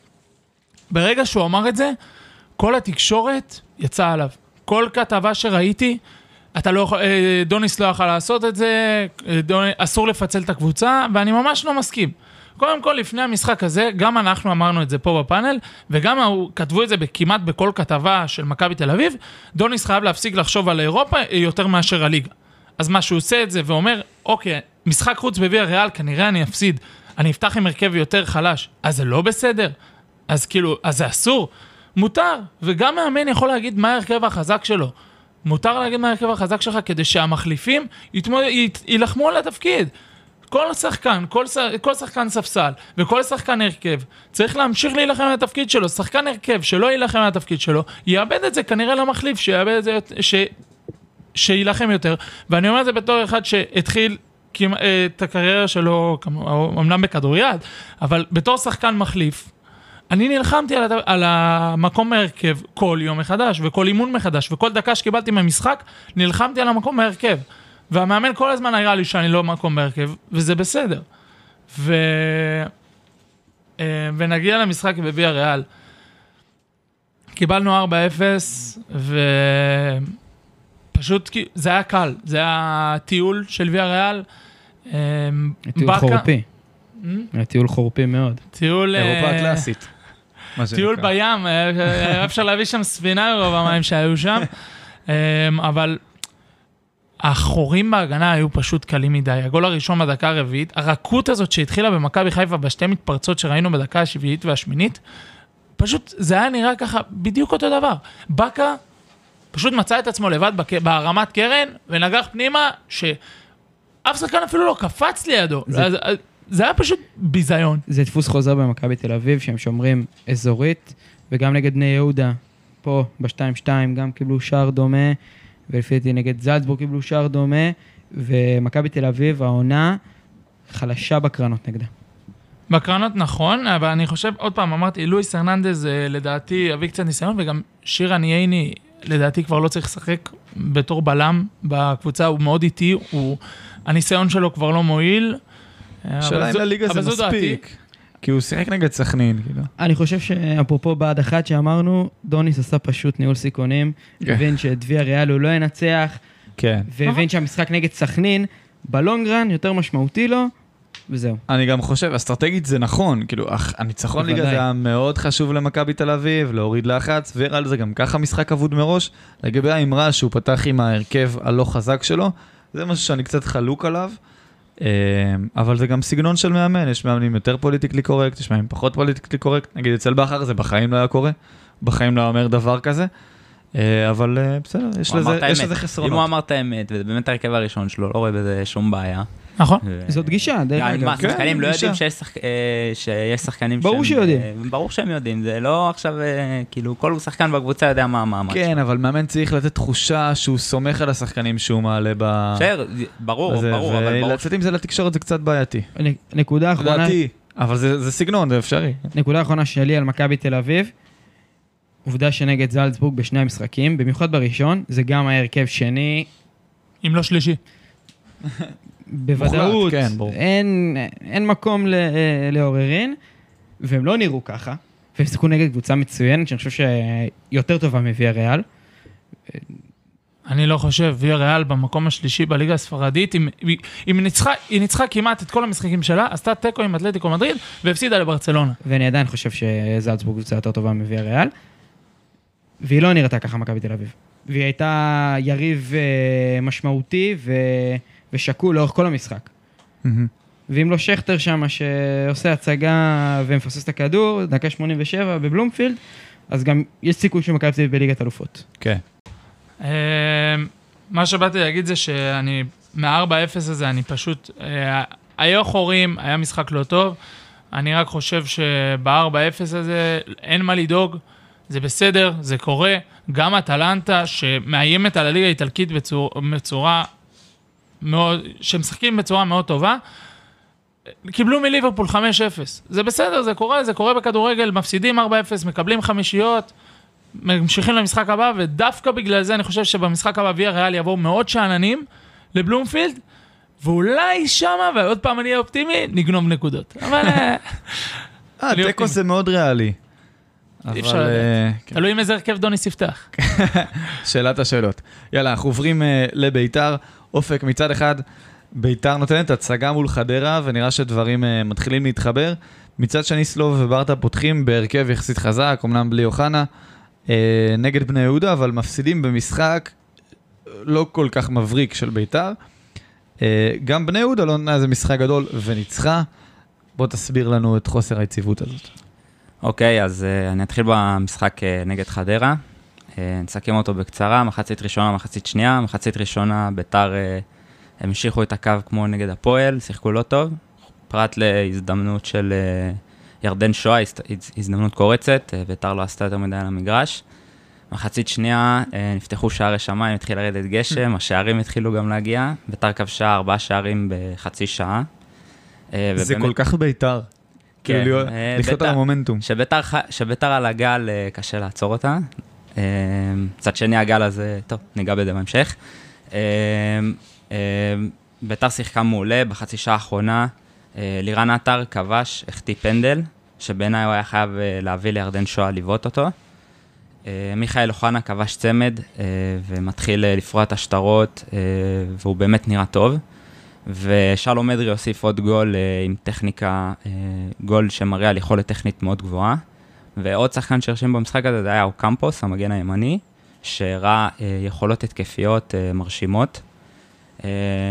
ברגע שהוא אמר את זה, כל התקשורת יצאה עליו. כל כתבה שראיתי, אתה לא יכול... דוניס לא יכול לעשות את זה, דוניס... אסור לפצל את הקבוצה, ואני ממש לא מסכים. קודם כל, לפני המשחק הזה, גם אנחנו אמרנו את זה פה בפאנל, וגם כתבו את זה כמעט בכל כתבה של מכבי תל אביב, דוניס חייב להפסיק לחשוב על אירופה יותר מאשר הליגה. אז מה שהוא עושה את זה ואומר, אוקיי, משחק חוץ בויה ריאל, כנראה אני אפסיד, אני אפתח עם הרכב יותר חלש, אז זה לא בסדר, אז כאילו, אז זה אסור, מותר, וגם מאמן יכול להגיד מה ההרכב החזק שלו, מותר להגיד מה ההרכב החזק שלך, כדי שהמחליפים יתמוד... ילחמו על התפקיד. כל שחקן, כל, כל שחקן ספסל וכל שחקן הרכב צריך להמשיך להילחם על התפקיד שלו. שחקן הרכב שלא יילחם על התפקיד שלו, יאבד את זה כנראה למחליף, שיאבד את זה, ש... שילחם יותר. ואני אומר את זה בתור אחד שהתחיל את הקריירה שלו, אמנם בכדוריד, אבל בתור שחקן מחליף, אני נלחמתי על, הת... על המקום מהרכב כל יום מחדש, וכל אימון מחדש, וכל דקה שקיבלתי מהמשחק, נלחמתי על המקום מהרכב. והמאמן כל הזמן היה לי שאני לא מקום בהרכב, וזה בסדר. ו... ונגיע למשחק בויה ריאל. קיבלנו ארבע אפס, ופשוט זה היה קל. זה היה טיול של ויה ריאל. טיול חורפי. טיול חורפי מאוד. טיול... אירופה הקלאסית. טיול בים, אפשר להביא שם ספינה רוב המים שהיו שם. אבל... החורים בהגנה היו פשוט קלים מדי. הגול הראשון בדקה הרביעית, הרכות הזאת שהתחילה במכבי חיפה בשתי מתפרצות שראינו בדקה השביעית והשמינית, פשוט זה היה נראה ככה בדיוק אותו דבר. בקה פשוט מצא את עצמו לבד בהרמת קרן ונגח פנימה שאף שחקן אפילו לא קפץ לידו. זה... זה היה פשוט ביזיון. זה דפוס חוזר במכבי תל אביב שהם שומרים אזורית, וגם נגד בני יהודה, פה ב-שתיים שתיים גם קיבלו שער דומה, ולפי דעתי נגד זלצבורג קיבלו שער דומה, ומכבי תל אביב, העונה חלשה בקרנות נגדה. בקרנות נכון, אבל אני חושב, עוד פעם אמרתי, לואיס הרננדז לדעתי הביא קצת ניסיון, וגם שירן ייני לדעתי כבר לא צריך לשחק בתור בלם בקבוצה, הוא מאוד איטי, הוא, הניסיון שלו כבר לא מועיל. שאלה אם לליגה זה מספיק. כי הוא שיחק נגד סכנין, כאילו. אני חושב שאפרופו בעד אחת שאמרנו, דוניס עשה פשוט ניהול סיכונים, הבין שדויה ריאל הוא לא ינצח, והבין שהמשחק נגד סכנין, בלונגרן יותר משמעותי לו, וזהו. אני גם חושב, אסטרטגית זה נכון, כאילו, הניצחון ליגה זה היה מאוד חשוב למכבי תל אביב, להוריד לחץ, וריאל זה גם ככה משחק אבוד מראש, לגבי האמרה שהוא פתח עם ההרכב הלא חזק שלו, זה משהו שאני קצת חלוק עליו, אבל זה גם סגנון של מאמן, יש מאמנים יותר פוליטיקלי קורקט, יש מאמנים פחות פוליטיקלי קורקט, נגיד אצל בכר זה בחיים לא היה קורה, בחיים לא אומר דבר כזה, אבל בסדר, יש לזה חסרונות. אם הוא אמר את האמת, וזה באמת הרכב הראשון שלו, לא רואה בזה שום בעיה, נכון. זאת גישה, דרך גם אגב. מה, כן, שחקנים לא גישה. יודעים שיש שחק- אה, שיש שחקנים ברור שהם, שיודעים. אה, ברור שהם יודעים, זה לא עכשיו, אה, כאילו, כל שחקן בקבוצה יודע מה המעמד. כן, אבל מאמן צריך לתת תחושה שהוא סומך על השחקנים שהוא מעלה ב... בסדר, ברור, בזה, ברור, אבל ברור. ולצאת עם זה לתקשורת זה קצת בעייתי. נ- נקודה אחרונה, לדעתי, אבל זה זה סגנון, זה אפשרי. נקודה אחרונה שלי על מכבי תל אביב, עובדה שנגד זלצבורג בשני המשחקים, במיוחד בראשון, זה גם ההרכב שני, אם לא שלישי. בוודאות, מוחלט, כן, ברור. אין, אין מקום ל- לעוררין, והם לא נראו ככה, והם שיחקו נגד קבוצה מצוינת, שאני חושב שיותר טובה מוויה ריאל. אני לא חושב, ויה ריאל במקום השלישי בליגה הספרדית, אם, אם ניצחה, היא ניצחה כמעט את כל המשחקים שלה, עשתה טקו עם אתלטיקו מדריד, והפסידה לברצלונה. ואני עדיין חושב שזלצבורג קבוצה יותר טובה מוויה ריאל, והיא לא נראתה ככה מכבי תל אביב. והיא הייתה יריב אה, משמעותי ו... ושקול לאורך כל המשחק. ואם לא שכטר שם שעושה הצגה ומפסס את הכדור, דקה שמונים ושבע בבלומפילד, אז גם יש סיכוי שמכבי תל אביב בליגת אלופות. כן. אה, מה שבאתי להגיד זה שאני, מה-ארבע אפס הזה, אני פשוט, אה, היו חורים, היה משחק לא טוב, אני רק חושב שב-ארבע אפס הזה אין מה לדאוג, זה בסדר, זה קורה, גם אטלנטה שמאיימת על הליגה האיטלקית בצורה, בצורה מאוד, שמשחקים בצורה מאוד טובה, קיבלו מליברפול חמש אפס. זה בסדר, זה קורה, זה קורה בכדורגל, מפסידים ארבע אפס, מקבלים חמישיות, ממשיכים למשחק הבא, ודווקא בגלל זה אני חושב שבמשחק הבא ויה ריאל יבואו מאוד שאננים לבלומפילד, ואולי שמה, ועוד פעם אני אהיה אופטימי, נגנוב נקודות. אבל... אה, טקו זה מאוד ריאלי. אי אפשר אבל, לדעת. אה, כן. תלוי עם איזה הרכב דוניס יפתח. שאלת השאלות. יאללה, אנחנו עוברים uh, לביתר. אופק, מצד אחד, ביתר נותנת הצגה מול חדרה, ונראה שדברים uh, מתחילים להתחבר. מצד שני, סלוב וברטה פותחים בהרכב יחסית חזק, אמנם בלי אוחנה, uh, נגד בני יהודה, אבל מפסידים במשחק לא כל כך מבריק של ביתר. Uh, גם בני יהודה לא נראה איזה משחק גדול וניצחה. בוא תסביר לנו את חוסר היציבות הזאת. אוקיי, אז uh, אני אתחיל במשחק uh, נגד חדרה. Uh, נסכם אותו בקצרה, מחצית ראשונה, מחצית שנייה. מחצית ראשונה, ביתר uh, המשיכו את הקו כמו נגד הפועל, שיחקו לא טוב. פרט להזדמנות של uh, ירדן שואה, הזדמנות קורצת, uh, ביתר לא עשתה יותר מדי על המגרש. מחצית שנייה, uh, נפתחו שערי שמיים, התחיל לרדת גשם, השערים התחילו גם להגיע. ביתר כבשה ארבעה שערים בחצי שעה. Uh, זה ובאמת, כל כך ביתר. כן, כאילו, אה, לחיות על ביתר- המומנטום. שביתר, ח- שביתר על הגל אה, קשה לעצור אותה. אה, מצד שני הגל הזה, טוב, ניגע בזה בהמשך. אה, אה, ביתר שיחקה מעולה, בחצי שעה האחרונה, אה, לירן עטר כבש, החטיא פנדל, שבעיניי הוא היה חייב אה, להביא לירדן שואה לבעוט אותו. אה, מיכאל אוחנה כבש צמד, אה, ומתחיל אה, לפרוע את השטרות, אה, והוא באמת נראה טוב. ושלום אדרי הוסיף עוד גול אה, עם טכניקה, אה, גול שמראה על יכולת טכנית מאוד גבוהה. ועוד שחקן שהרשים במשחק הזה, זה היה אוקמפוס, המגן הימני, שהראה אה, יכולות התקפיות אה, מרשימות. אה,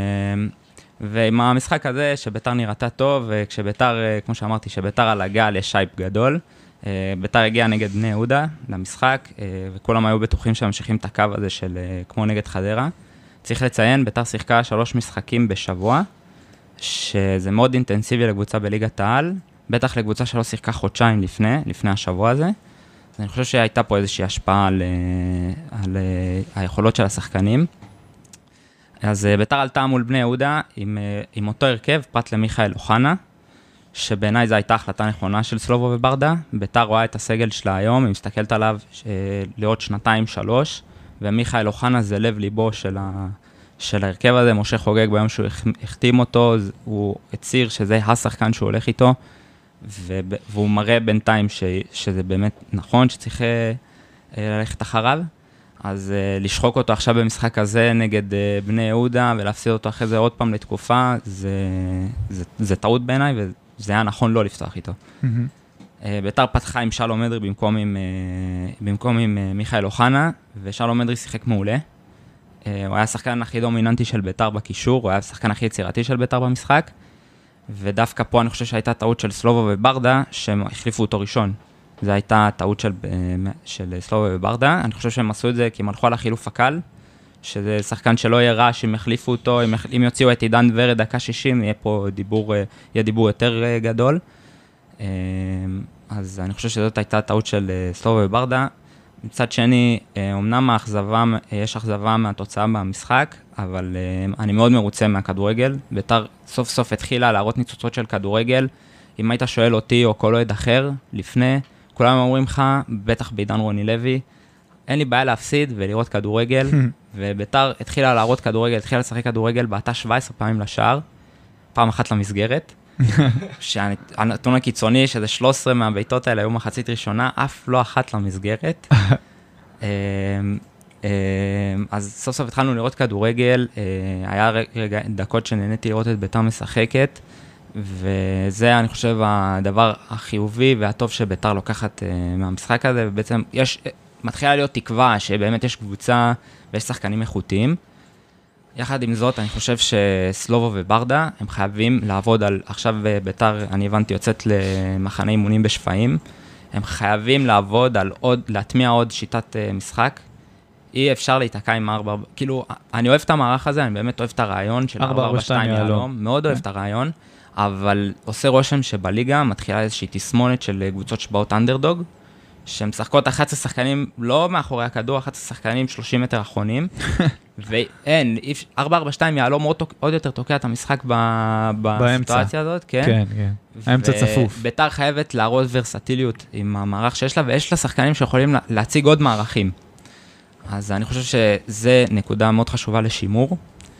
ועם המשחק הזה, שביתר נראתה טוב, וכשביתר, אה, כמו שאמרתי, שביתר על הגל יש שייפ גדול, אה, ביתר הגיע נגד בני יהודה למשחק, אה, וכולם היו בטוחים שממשיכים את הקו הזה של אה, כמו נגד חדרה. צריך לציין, ביתר שיחקה שלוש משחקים בשבוע, שזה מאוד אינטנסיבי לקבוצה בליגת העל, בטח לקבוצה שלא שיחקה חודשיים לפני, לפני השבוע הזה. אז אני חושב שהייתה פה איזושהי השפעה על, על היכולות של השחקנים. אז ביתר עלתה מול בני יהודה עם, עם אותו הרכב, פרט למיכאל אוחנה, שבעיניי זו הייתה החלטה נכונה של סלובו וברדה. ביתר רואה את הסגל שלה היום, היא מסתכלת עליו לעוד שנתיים, שלוש, ומיכאל אוחנה זה לב ליבו של, ה, של ההרכב הזה. משה חוגג ביום שהוא החתים אותו, הוא הציר שזה השחקן שהוא הולך איתו, והוא מראה בינתיים ש, שזה באמת נכון, שצריך ללכת אחריו. אז לשחוק אותו עכשיו במשחק הזה נגד בני יהודה, ולהפסיד אותו אחרי זה עוד פעם לתקופה, זה, זה, זה טעות בעיניי, וזה היה נכון לא לפתוח איתו. Mm-hmm. ביתר פתחה עם שלום אדרי במקום עם, במקום עם מיכאל אוחנה, ושלום אדרי שיחק מעולה. הוא היה השחקן הכי דומיננטי של ביתר בקישור, הוא היה השחקן הכי יצירתי של ביתר במשחק, ודווקא פה אני חושב שהייתה טעות של סלובו וברדה, שהם החליפו אותו ראשון. זו הייתה טעות של, של סלובו וברדה. אני חושב שהם עשו את זה כי הם הלכו על החילוף הקל, שזה שחקן שלא יהיה רעש, אם יחליפו אותו, אם, אם יוציאו את עידן ורד דקה שישים, יהיה פה דיבור, יהיה דיבור יותר גדול. אז אני חושב שזאת הייתה טעות של סלובו וברדה. מצד שני, אמנם האכזבה, יש אכזבה מהתוצאה במשחק, אבל אני מאוד מרוצה מהכדורגל. בית"ר סוף סוף התחילה להראות ניצוצות של כדורגל. אם היית שואל אותי או כל אוהד אחר לפני, כולם אומרים לך, בטח בעידן רוני לוי, אין לי בעיה להפסיד ולראות כדורגל, ובית"ר התחילה להראות כדורגל, התחילה לשחק כדורגל, בעטה שבע עשרה פעמים לשער, פעם אחת למסגרת, שהנתון הקיצוני, שזה שלוש עשרה מהביתות האלה, היו מחצית ראשונה, אף לא אחת למסגרת. אז סוף סוף התחלנו לראות כדורגל, היה רגע, דקות שנהניתי לראות את בית"ר משחקת, וזה, אני חושב, הדבר החיובי והטוב שבית"ר לוקחת מהמשחק הזה, ובעצם יש, מתחילה להיות תקווה שבאמת יש קבוצה ויש שחקנים איכותיים. יחד עם זאת, אני חושב שסלובו וברדה, הם חייבים לעבוד על, עכשיו בית"ר, אני הבנתי, יוצאת למחנה אימונים בשפיים, הם חייבים לעבוד על עוד, להטמיע עוד שיטת משחק. אי אפשר להתעקע עם ארבע, כאילו, אני אוהב את המערך הזה, אני באמת אוהב את הרעיון של ארבע ארבע שתיים יהלום, מאוד אוהב את הרעיון, אבל עושה רושם שבליגה מתחילה איזושהי תסמונת של קבוצות שבאות אנדרדוג, שמשחקות אחת עשרה שחקנים, לא מאחורי הכדור, אחת עשרה שחקנים שלושים מטר אחרונים, ואין, ארבע ארבע שתיים יהלום עוד יותר תוקע את המשחק בסיטואציה הזאת, כן? כן, כן. האמצע צפוף. בית"ר חייבת להראות ורסטיליות עם המערך שיש לה, ויש לה שחקנים שיכולים להציג עוד מערכים. אז אני חושב שזה נקודה מאוד חשובה לשימור.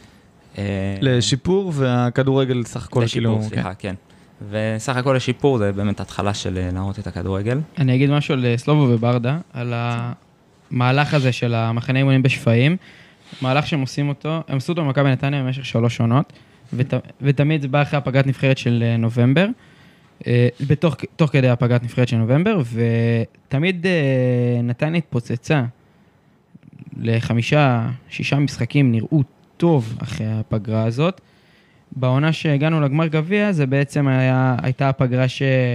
לשיפור, והכדורגל סך הכל לשיפור, סליחה, כן. וסך הכל לשיפור זה באמת התחלה של להראות את הכדורגל. אני אגיד משהו לסלובו וברדה, על המהלך הזה של המחנה אימונים בשפיים, מהלך שהם עושים אותו, הם עשו אותו במכבי נתניה במשך שלוש עונות, ות, ותמיד זה בא אחרי הפגרת נבחרת של נובמבר, בתוך, תוך כדי הפגרת נבחרת של נובמבר, ותמיד נתניה התפוצצה לחמישה, שישה משחקים נראו טוב אחרי הפגרה הזאת. בעונה שהגענו לגמר גביע, זה בעצם היה, הייתה הפגרה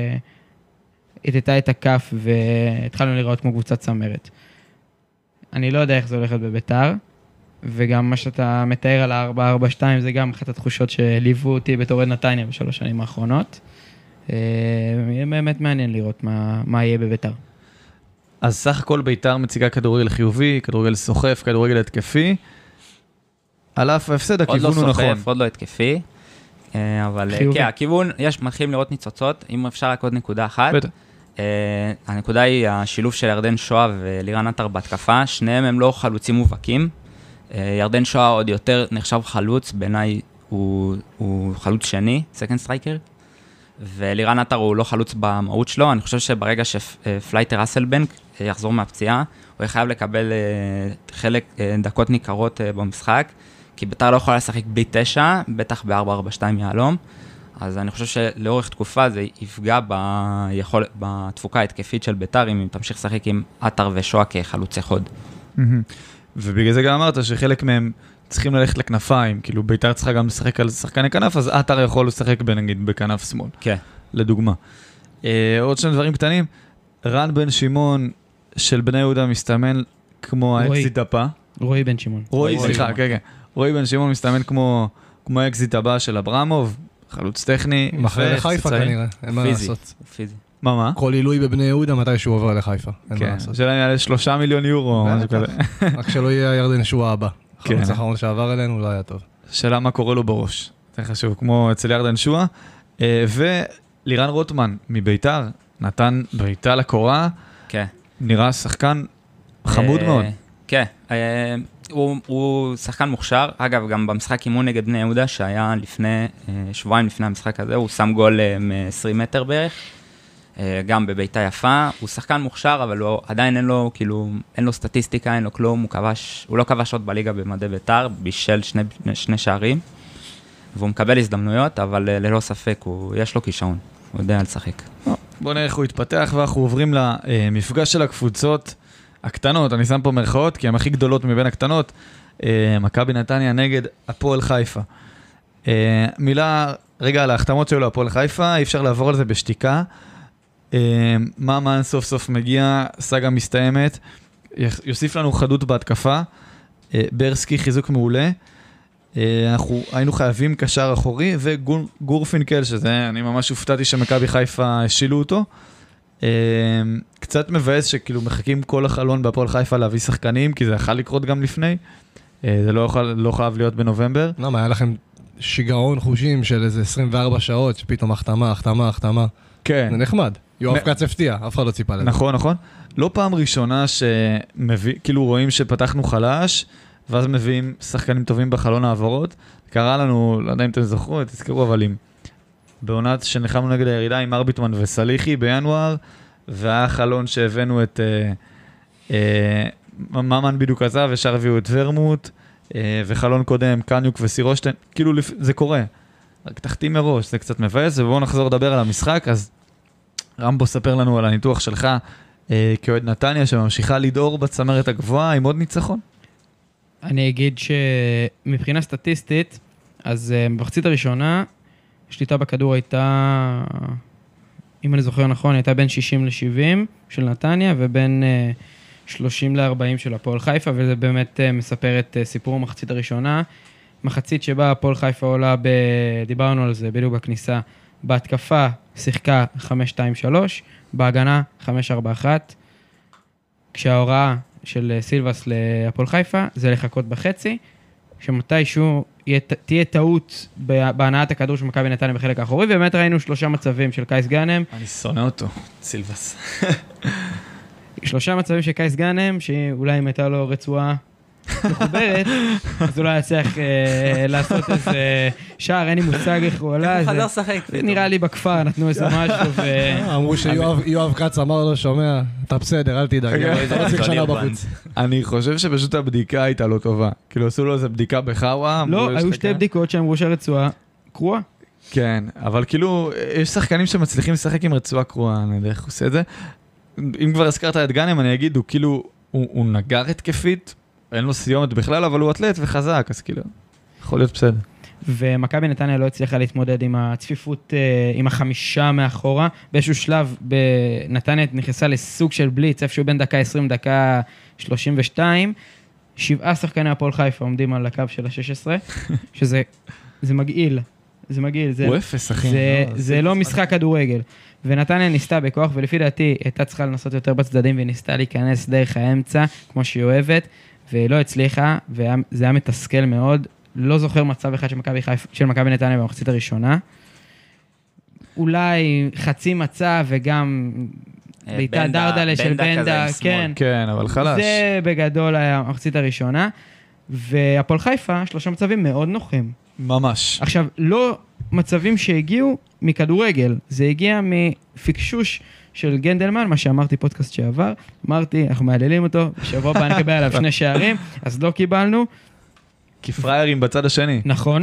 שהתתה את הכף, והתחלנו לראות כמו קבוצת צמרת. אני לא יודע איך זה הולכת בבית"ר, וגם מה שאתה מתאר על ה-ארבע ארבע שתיים, זה גם אחת התחושות שליוו אותי בתור אוהד נתניה בשלוש שנים האחרונות. יהיה באמת מעניין לראות מה, מה יהיה בבית"ר. אז סך הכל בית"ר מציגה כדורגל חיובי, כדורגל סוחף, כדורגל התקפי. על אף ההפסד, הכיוון הוא נכון. עוד לא סוחף, עוד לא התקפי, אבל כן, הכיוון, יש, מתחילים לראות ניצוצות, אם אפשר רק עוד נקודה אחת. הנקודה היא השילוב של ירדן שואה ולירן עטר בהתקפה, שניהם הם לא חלוצים מובהקים. ירדן שואה עוד יותר נחשב חלוץ, בעיניי הוא חלוץ שני, סקנד סטרייקר, ולירן עטר הוא לא חלוץ במהות שלו. אני חושב שברגע שפלייטר אסלבנק יחזור מהפציעה, הוא חייב לקבל חלק דקות ניכרות במשחק, כי בית"ר לא יכולה לשחק בלי תשע, בטח ב-ארבע ארבע שתיים יהלום. אז אני חושב שלאורך תקופה זה יפגע ביכול, בתפוקה התקפית של בית"ר, אם תמשיך לשחק עם עטר ושואה כחלוצי חוד. ובגלל זה גם אמרת שחלק מהם צריכים ללכת לכנפיים, כאילו בית"ר צריכה גם לשחק על שחקני כנף, אז עטר יכול לשחק נגיד בכנף שמאל. כן. לדוגמה. עוד שני דברים קטנים, רן בן שמעון של בני יהודה מסתמן כמו האקזיט הבא. רועי בן שמעון. רועי, סליחה, כן, כן. רועי בן שמעון מסתמן כמו האקזיט הבא של אברמוב, חלוץ טכני. מחר לחיפה כנראה, אין מה לעשות. פיזי. מה, מה? כל עילוי בבני יהודה מתי שהוא עובר לחיפה, אין מה לעשות. שאלה יעלה שלושה מיליון יורו, משהו כזה. רק שלא יהיה ירדן שואה הבא. חלוץ האחרון שעבר אלינו לא היה טוב. שאלה מה קורה לו בראש. זה חשוב, כמו אצל ירדן שואה. ולירן רוטמן מביתר נתן בעיטה לקורה. כן. נראה שחקן חמוד מאוד. כן. הוא, הוא שחקן מוכשר, אגב, גם במשחק אימון נגד בני יהודה, שהיה לפני, שבועיים לפני המשחק הזה, הוא שם גול מ-עשרים מטר בערך, גם בביתה יפה, הוא שחקן מוכשר, אבל הוא עדיין אין לו, כאילו, אין לו סטטיסטיקה, אין לו כלום, הוא כבש, הוא לא כבש עוד בליגה במדי ביתר, בישל שני, שני שערים, והוא מקבל הזדמנויות, אבל ללא ספק, הוא, יש לו כישרון, הוא יודע לשחק. בוא נראה איך הוא יתפתח, ואנחנו עוברים למפגש של הקבוצות, הקטנות, אני שם פה מרכאות, כי הן הכי גדולות מבין הקטנות, מכבי נתניה נגד הפועל חיפה. מילה, רגע, על ההחתמות שלו, הפועל חיפה, אי אפשר לעבור על זה בשתיקה. מה מן סוף סוף מגיע, סגה מסתיימת, יוסיף לנו חדות בהתקפה, ברסקי חיזוק מעולה, אנחנו היינו חייבים קשר אחורי, וגורפינקל, שזה, אני ממש הופתעתי שמכבי חיפה השילו אותו, קצת מבאס שכאילו מחכים כל החלון בהפועל חיפה להביא שחקנים, כי זה יכול לקרות גם לפני, זה לא, יכול, לא חייב להיות בנובמבר. למה, היה לכם שיגעון חושים של איזה עשרים וארבע שעות, שפתאום החתמה, החתמה, החתמה. כן. זה נחמד. יואב קץ הפתיע, אף אחד לא ציפה לזה. נכון, נכון. לא פעם ראשונה שמביא, כאילו רואים שפתחנו חלש, ואז מביאים שחקנים טובים בחלון העברות. קרה לנו, לא יודע אם אתם זוכרו, תזכרו, אבל עם בעונת שנחמנו נגד הירידה עם ארביטמן וסליחי בינואר, והיה חלון שהבאנו את אה, אה, ממן בדיוק עזב, ושאר הביאו את ורמוט, אה, וחלון קודם, קניוק וסירושטיין, כאילו זה קורה. רק תחתים מראש, זה קצת מבאס, ובואו נחזור לדבר על המשחק, אז רמבו ספר לנו על הניתוח שלך, אה, כאוהד נתניה, שממשיכה לדאור בצמרת הגבוהה עם עוד ניצחון. אני אגיד שמבחינה סטטיסטית, אז uh, במחצית הראשונה, השליטה בכדור הייתה, אם אני זוכר נכון, הייתה בין שישים ל-שבעים של נתניה, ובין uh, שלושים ל-ארבעים של הפועל חיפה, וזה באמת uh, מספר את uh, סיפור המחצית הראשונה. מחצית שבה הפועל חיפה עולה, ב... דיברנו על זה בדיוק בכניסה, בהתקפה שיחקה חמש שתיים שלוש, בהגנה חמש ארבע אחת, כשההוראה של סילבס להפועל חיפה, זה לחכות בחצי, שמתישהו תהיה טעות בהנעת הכדור של מכבי נתניה בחלק האחורי, ובאמת ראינו שלושה מצבים של קייס גאנם. אני שונא אותו, סילבס. שלושה מצבים של קייס גאנם, שאולי אם הייתה לו רצועה מחוברת, אז אולי יצליח לעשות איזה שער, אין לי מושג איך הוא עולה. חזר שחק. נראה לי בכפר, נתנו איזה משהו. אמרו שיואב קץ אמר לו, שומע, אתה בסדר, אל תדאג, זה לא צריך שנה בחוץ. אני חושב שפשוט הבדיקה הייתה לא טובה. כאילו עשו לו איזה בדיקה בחאווה. לא, היו שתי בדיקות שאמרו שהרצועה קרועה. כן, אבל כאילו, יש שחקנים שמצליחים לשחק עם רצועה קרועה, אני יודע איך הוא עושה את זה. אם כבר הזכרת את גאנם, אני אגיד, הוא כאילו, הוא נגר התקפית, אין לו סיומת בכלל, אבל הוא אתלט וחזק, אז כאילו, יכול להיות בסדר. ומכבי נתניה לא הצליחה להתמודד עם הצפיפות, עם החמישה מאחורה. באיזשהו שלב, נתניה נכנסה לסוג של בליץ, איפשהו בין דקה עשרים, דקה שלושים ושתיים, שבעה שחקני הפועל חיפה עומדים על הקו של ה-שש עשרה, שזה זה מגעיל. זה מגעיל. הוא אפס, אחי. זה, לא, זה לא משחק כדורגל. ונתניה ניסתה בכוח, ולפי דעתי, הייתה צריכה לנסות יותר בצדדים, והיא ניסתה להיכנס דרך האמצע, כמו שהיא אוהבת, והיא לא הצליחה, וזה היה מתסכל מאוד. לא זוכר מצב אחד של מכבי חיפה, של מכבי נתניה במחצית הראשונה. אולי חצי מצב, וגם בעיטה דרדלה של בנדה, כן. כן, אבל חלש. זה בגדול היה המחצית הראשונה, והפועל חיפה, שלושה מצבים מאוד נוחים. ממש. עכשיו, לא מצבים שהגיעו מכדורגל, זה הגיע מפיקשוש של גנדלמן, מה שאמרתי פודקאסט שעבר, אמרתי, אנחנו מעללים אותו, שבוע הבא נקבל עליו שני שערים, אז לא קיבלנו. כי פריירים בצד השני. נכון,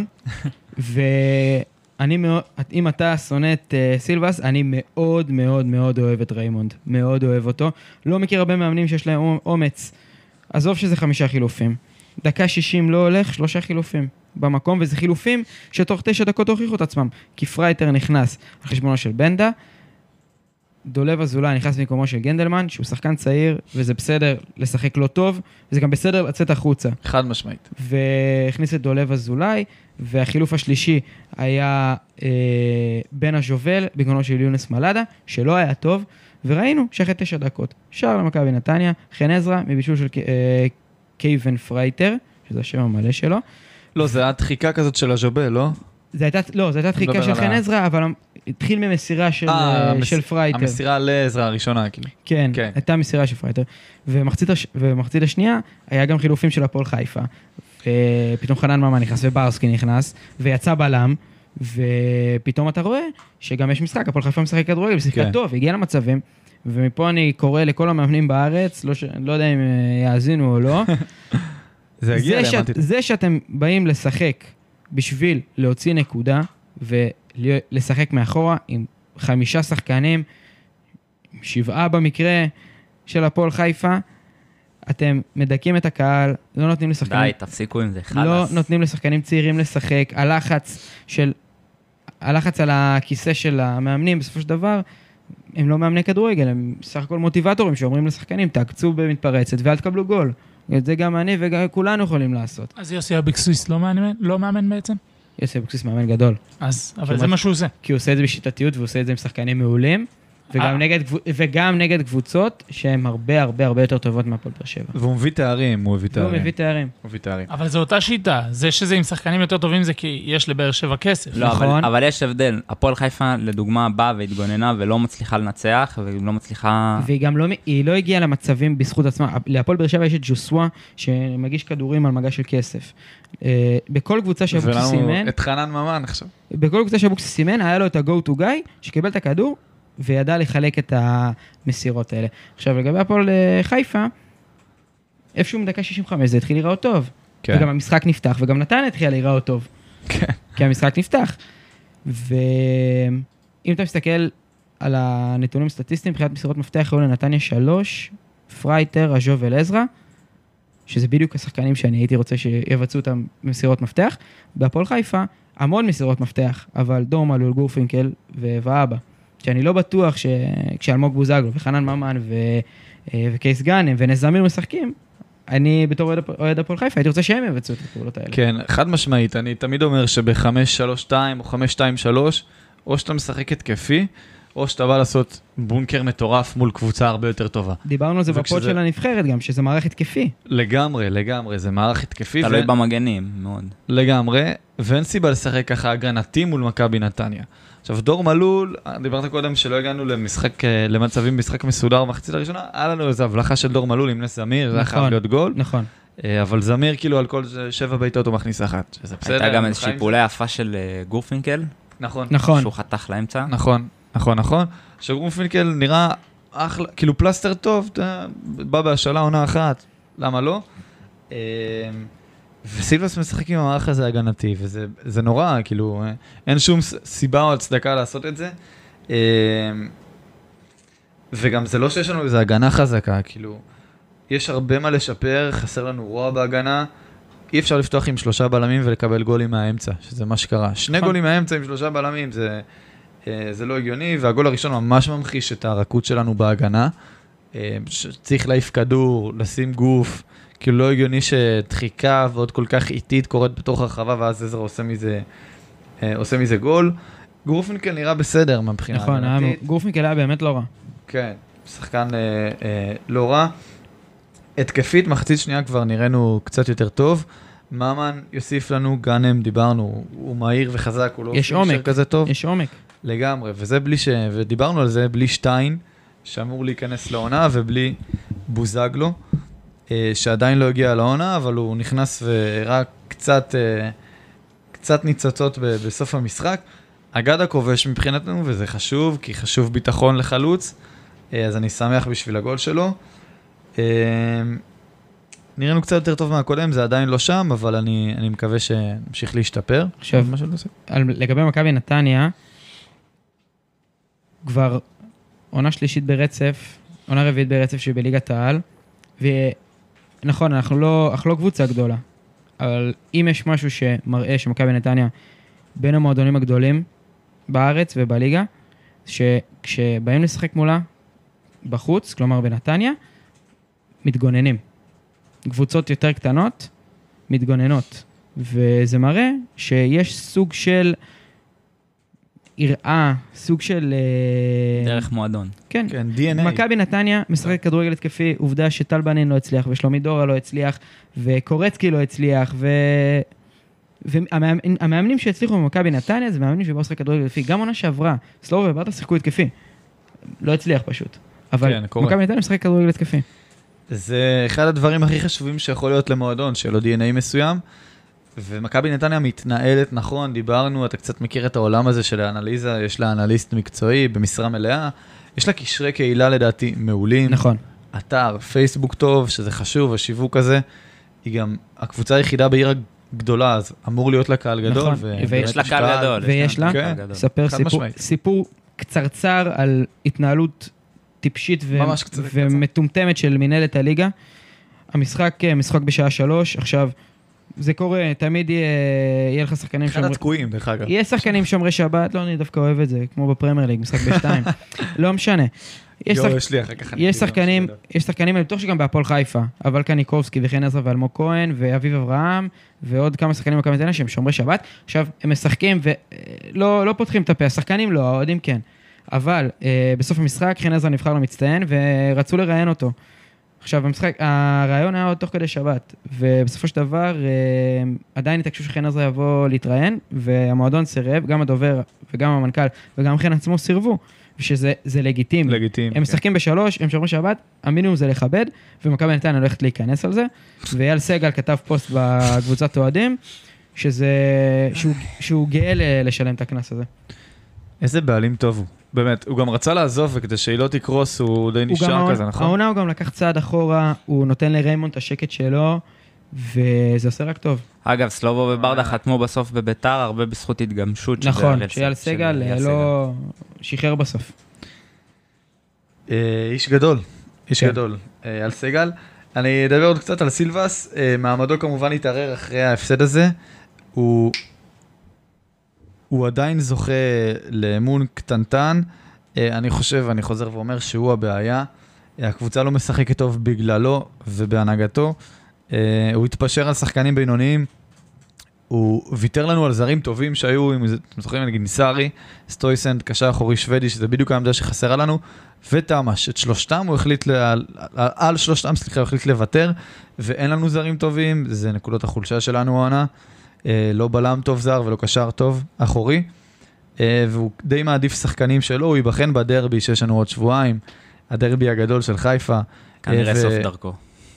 ואני מאוד, אם אתה שונא את uh, סילבס, אני מאוד מאוד מאוד אוהב את ריימונד, מאוד אוהב אותו, לא מכיר הרבה מאמנים שיש להם אומץ, עזוב שזה חמישה חילופים, דקה שישים לא הולך, שלושה חילופים במקום, וזה חילופים שתוך תשע דקות הוכיחו את עצמם, כי פרייטר נכנס על חשבונו של בנדה, דולב אזולאי נכנס במקומו של גנדלמן, שהוא שחקן צעיר, וזה בסדר לשחק לא טוב, וזה גם בסדר לצאת החוצה. חד משמעית. והכניס את דולב אזולאי, והחילוף השלישי היה אה, בן הז'ובל, במקומו של יונס מלאדה, שלא היה טוב, וראינו שאחרי תשע דקות, שער למכבי נתניה, חן עזרא, מבישול של אה, קייבן פרייטר, שזה השם המלא שלו. לא, זה היה דחיקה כזאת של הז'ובל, לא? זה הייתה, לא, זה הייתה דחיקה של חן עזרא, אבל התחיל ממסירה של, 아, של פרייטר. המסירה לעזרא הראשונה, כאילו. כן, כן, הייתה מסירה של פרייטר. ומחצית, הש... ומחצית השנייה, היה גם חילופים של הפועל חיפה. ופתאום חנן ממן נכנס, וברסקי נכנס, ויצא בלם, ופתאום אתה רואה שגם יש משחק, הפועל חיפה משחק כדורגל, שיחקה כן. טוב, הגיע למצבים, ומפה אני קורא לכל המאמנים בארץ, לא, ש... לא יודע אם יאזינו או לא. זה הגיע זה, שאת... זה שאתם באים לשחק בשביל להוציא נקודה, ולשחק מאחורה עם חמישה שחקנים, שבעה במקרה של הפועל חיפה, אתם מדקים את הקהל, לא נותנים לשחקנים... די, תפסיקו עם זה, חלס. לא נותנים לשחקנים צעירים לשחק, הלחץ של... הלחץ על הכיסא של המאמנים, בסופו של דבר, הם לא מאמני כדורגל, הם סך הכל מוטיבטורים שאומרים לשחקנים, תעקצו במתפרצת ואל תקבלו גול. את זה גם אני וגם כולנו יכולים לעשות. אז יוסי אבקסיס לא מאמן, לא מאמן בעצם? יוסי אבקסיס מאמן גדול. אז, אבל זה מה שהוא עושה. כי הוא עושה את זה בשיטתיות, והוא עושה את זה עם שחקנים מעולים, וגם נגד, וגם נגד קבוצות שהן הרבה הרבה הרבה יותר טובות מהפועל באר שבע. והוא מביא תארים, הוא מביא תארים. הוא מביא תארים. הוא מביא תארים. אבל זו אותה שיטה, זה שזה עם שחקנים יותר טובים זה כי יש לבאר שבע כסף. לא, נכון. אבל, אבל יש הבדל. הפועל חיפה, לדוגמה, באה והתגוננה ולא מצליחה לנצח, ולא מצליחה... והיא גם לא, היא לא הגיעה למצבים בזכות עצמה. להפועל באר שבע יש את ג'וסווה, שמגיש כדורים על מגע של כסף. בכל קבוצה שאבוקסיס סימן... את חנן ממן עכשיו. בכל קבוצה שאבוקסיס סימן, היה לו את ה-go to guy, שקיבל את הכדור, וידע לחלק את המסירות האלה. עכשיו, לגבי הפועל חיפה, איפשהו מדקה שישים וחמש זה התחיל להיראות טוב. כן. וגם המשחק נפתח, וגם נתן התחיל להיראות טוב. כן. כי המשחק נפתח. ואם אתה מסתכל על הנתונים הסטטיסטיים, מבחינת מסירות מפתח, היו לנתניה שלוש, פרייטר, אז'ו ולעזרא, שזה בדיוק השחקנים שאני הייתי רוצה שיבצעו אותם במסירות מפתח. בהפועל חיפה, המון מסירות מפתח, אבל דור מלול, גורפינקל ואבא. שאני לא בטוח שכשאלמוג בוזגלו וחנן ממן וקייס גאנם ונזמיר משחקים, אני בתור אוהד הפועל חיפה, הייתי רוצה שהם יבצעו את הפעולות האלה. כן, חד משמעית, אני תמיד אומר שב-חמש שלוש שתיים או חמש שתיים שלוש, או שאתה משחק התקפי, או שאתה בא לעשות בונקר מטורף מול קבוצה הרבה יותר טובה. דיברנו על זה בפוד של הנבחרת גם, שזה מערך התקפי. לגמרי, לגמרי, זה מערך התקפי. תלוי במגנים, מאוד. לגמרי, ואין סיבה לשחק ככה הגנתי מול מכבי נתניה. עכשיו, דור מלול, דיברת קודם שלא הגענו למשחק, למצבים במשחק מסודר במחצית הראשונה, היה לנו איזו הבלחה של דור מלול עם נס זמיר, זה חייב להיות גול. נכון. אבל זמיר כאילו על כל שבע בעיטות הוא מכניס אחת, שזה בסדר. הייתה גם איזושהי פעולה יפה של גורפינקל. נכון. נכון. שהוא חתך לאמצע. נכון, נכון, נכון. שגורפינקל נראה אחלה, כאילו פלסטר טוב, בא בהשאלה עונה אחת, למה לא? וסילבס משחק עם המערך הזה הגנתי, וזה נורא, כאילו, אין שום סיבה או הצדקה לעשות את זה. וגם זה לא שיש לנו איזו הגנה חזקה, כאילו, יש הרבה מה לשפר, חסר לנו רוע בהגנה, אי אפשר לפתוח עם שלושה בלמים ולקבל גולים מהאמצע, שזה מה שקרה. שני גולים מהאמצע עם שלושה בלמים, זה, זה לא הגיוני, והגול הראשון ממש ממחיש את הרכות שלנו בהגנה. צריך להעיף כדור, לשים גוף, כאילו לא הגיוני שדחיקה ועוד כל כך איטית קורית בתוך הרחבה, ואז עזרא עושה מזה, עושה מזה גול. גורפינקל נראה בסדר מבחינה נכון, הגנתית. גורפינקל היה באמת לא רע. כן, שחקן אה, אה, לא רע. התקפית, מחצית שנייה כבר נראינו קצת יותר טוב. ממן יוסיף לנו, גאנם דיברנו, הוא מהיר וחזק, הוא לא יש עומק, כזה טוב. יש עומק. לגמרי, וזה בלי ש... ודיברנו על זה, בלי שטיין, שאמור להיכנס לעונה, ובלי בוזגלו, אה, שעדיין לא הגיע לעונה, אבל הוא נכנס והראה קצת, אה, קצת ניצוצות ב- בסוף המשחק. אגד הכובש מבחינתנו, וזה חשוב, כי חשוב ביטחון לחלוץ, אז אני שמח בשביל הגול שלו. נראינו קצת יותר טוב מהקודם, זה עדיין לא שם, אבל אני, אני מקווה שנמשיך להשתפר. עכשיו, על, לגבי מכבי נתניה, כבר עונה שלישית ברצף, עונה רביעית ברצף שבליגת העל, ונכון, אנחנו לא, אנחנו לא קבוצה גדולה, אבל אם יש משהו שמראה שמכבי נתניה בין המועדונים הגדולים בארץ ובליגה, שכשבאים לשחק מולה בחוץ, כלומר בנתניה, מתגוננים. קבוצות יותר קטנות מתגוננות, וזה מראה שיש סוג של יראה, סוג של... דרך מועדון. כן, כן, די אן איי. מכבי נתניה משחק כדורגל התקפי, עובדה שטל בנין לא הצליח, ושלומי דורה לא הצליח, וקורצקי לא הצליח, ו... והמאמנים שהצליחו במכבי נתניה, זה מאמנים שבאו לשחק כדורגל התקפי. גם עונה שעברה, סלובה וברטה שיחקו התקפי. לא הצליח פשוט. אבל מכבי נתניה משחק כדורגל התקפי. זה אחד הדברים הכי חשובים שיכול להיות למועדון, שלו די אן איי מסוים, ומכבי נתניה מתנהלת נכון, דיברנו, אתה קצת מכיר את העולם הזה של האנליזה, יש לה אנליסט מקצועי במשרה מלאה, יש לה קשרי קהילה לדעתי מעולים. נכון. אתר, פייסבוק טוב, שזה חשוב, השיווק הזה, היא גם הקבוצה היחידה בעיר הגדולה, אז אמור להיות לה קהל גדול. נכון, ויש לה קהל גדול. ויש לה, ספר סיפור קצרצר על התנהלות טיפשית ומטומטמת של מנהלת הליגה. המשחק, משחק בשעה שלוש, עכשיו זה קורה, תמיד יהיה, יהיה לך שחקנים אחד התקועים, דרך אגב. יהיה שחקנים שומרי שבת, לא, אני דווקא אוהב את זה, כמו בפרמייר ליג, משחק בשתיים. לא משנה. יש, יו, שח... יש לי אחר כך. יש שחקנים, יש שחקנים, אני בטוח שגם בהפועל חיפה, אבל קניקובסקי וחן עזרא ואלמוג כהן ואביב אברהם, ועוד כמה שחקנים במכבי תל אביב שהם שומרי שבת. עכשיו, הם משחקים ולא לא פותחים את הפה, השחקנים לא, האוהדים כן. אבל אה, בסוף המשחק, חן עזרא נבחר למצטיין, ורצו לראיין אותו. עכשיו, המשחק, הרעיון היה עוד תוך כדי שבת, ובסופו של דבר, עדיין התעקשו שחן עזרא יבוא להתראיין, והמועדון סירב, גם הדובר וגם המנכ"ל וגם חן עצמו סירבו, ושזה זה לגיטימי. לגיטימי. הם משחקים בשלוש, הם שומרי שבת, המינימום זה לכבד, ומכבי נתניה הולכת להיכנס על זה, ואייל סגל כתב פוסט בקבוצת אוהדים, שזה, שהוא, שהוא גאה לשלם את הקנס הזה. איזה בעלים טוב הוא. באמת, הוא גם רצה לעזוב, וכדי שהיא לא תקרוס, הוא די נשאר כזה, נכון? העונה הוא גם לקח צעד אחורה, הוא נותן לריימונד את השקט שלו, וזה עושה רק טוב. אגב, סלובו וברדה חתמו בסוף בביתר, הרבה בזכות התגמשות. נכון, שאייל סגל לא שחרר בסוף. איש גדול, איש גדול, אייל סגל. אני אדבר עוד קצת על סילבס, מעמדו כמובן התערער אחרי ההפסד הזה, הוא... הוא עדיין זוכה לאמון קטנטן, אני חושב, אני חוזר ואומר שהוא הבעיה, הקבוצה לא משחקת טוב בגללו ובהנהגתו, הוא התפשר על שחקנים בינוניים, הוא ויתר לנו על זרים טובים שהיו, אם אתם זוכרים, נגיד ניסארי, סטויסנד, קשר אחורי שוודי, שזה בדיוק העמדה שחסרה לנו, ותמש, את שלושתם הוא החליט, על, על שלושתם, סליחה, הוא החליט לוותר, ואין לנו זרים טובים, זה נקודות החולשה שלנו העונה, לא בלם טוב זר ולא קשר טוב אחורי, והוא די מעדיף שחקנים שלו, הוא ייבחן בדרבי שיש לנו עוד שבועיים, הדרבי הגדול של חיפה. כנראה סוף דרכו.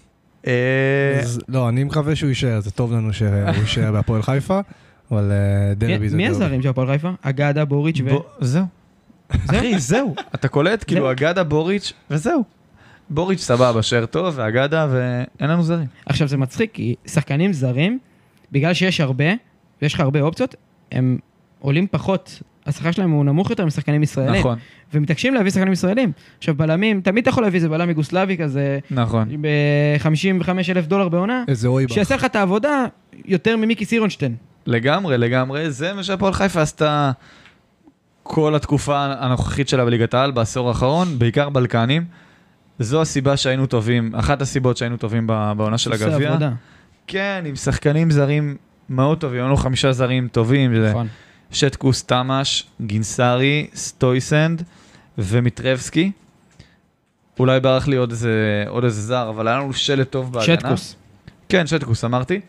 לא, אני מקווה שהוא יישאר, זה טוב לנו שהוא יישאר בהפועל חיפה, אבל דרבי זה... מי הזרים של הפועל חיפה? אגדה, בוריץ' ו... זהו. אחי, זהו. אתה קולט, כאילו אגדה, בוריץ' וזהו. בוריץ' סבבה, שער טוב, ואגדה, ואין לנו זרים. עכשיו זה מצחיק, כי שחקנים זרים, בגלל שיש הרבה, ויש לך הרבה אופציות, הם עולים פחות, השכר שלהם הוא נמוך יותר משחקנים ישראלים. נכון. ומתעקשים להביא שחקנים ישראלים. עכשיו בלמים, תמיד אתה יכול להביא איזה בלם יוגוסלבי כזה, נכון. ב-חמישים וחמישה אלף דולר בעונה, איזה אויבך. שיעשה לך את העבודה יותר ממיקי סירונשטיין. לגמרי, לגמרי. זה מה שהפועל חיפה עשתה כל התקופה הנוכחית שלה בליגת העל, בעשור האחרון, בעיקר בלקנים. זו הסיבה שהיינו טובים, אחת הסיבות שהיינו טובים בעונה של הגביע. כן, עם שחקנים זרים מאוד טובים, היו חמישה זרים טובים, נכון. שטקוס, תמש, גינסרי, סטויסנד ומיטרבסקי. אולי ברח לי עוד איזה, עוד איזה זר, אבל היה לנו שלט טוב בהגנה. שטקוס. כן, שטקוס, אמרתי.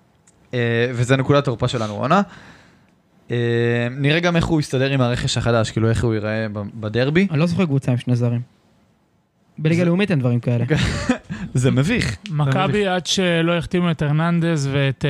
וזה נקודת התורפה שלנו, עונה. נראה גם איך הוא יסתדר עם הרכש החדש, כאילו איך הוא ייראה בדרבי. אני לא זוכר קבוצה עם שני זרים. בליגה לאומית אין דברים כאלה. זה מביך. מכבי עד שלא החתימו את הרננדז ואת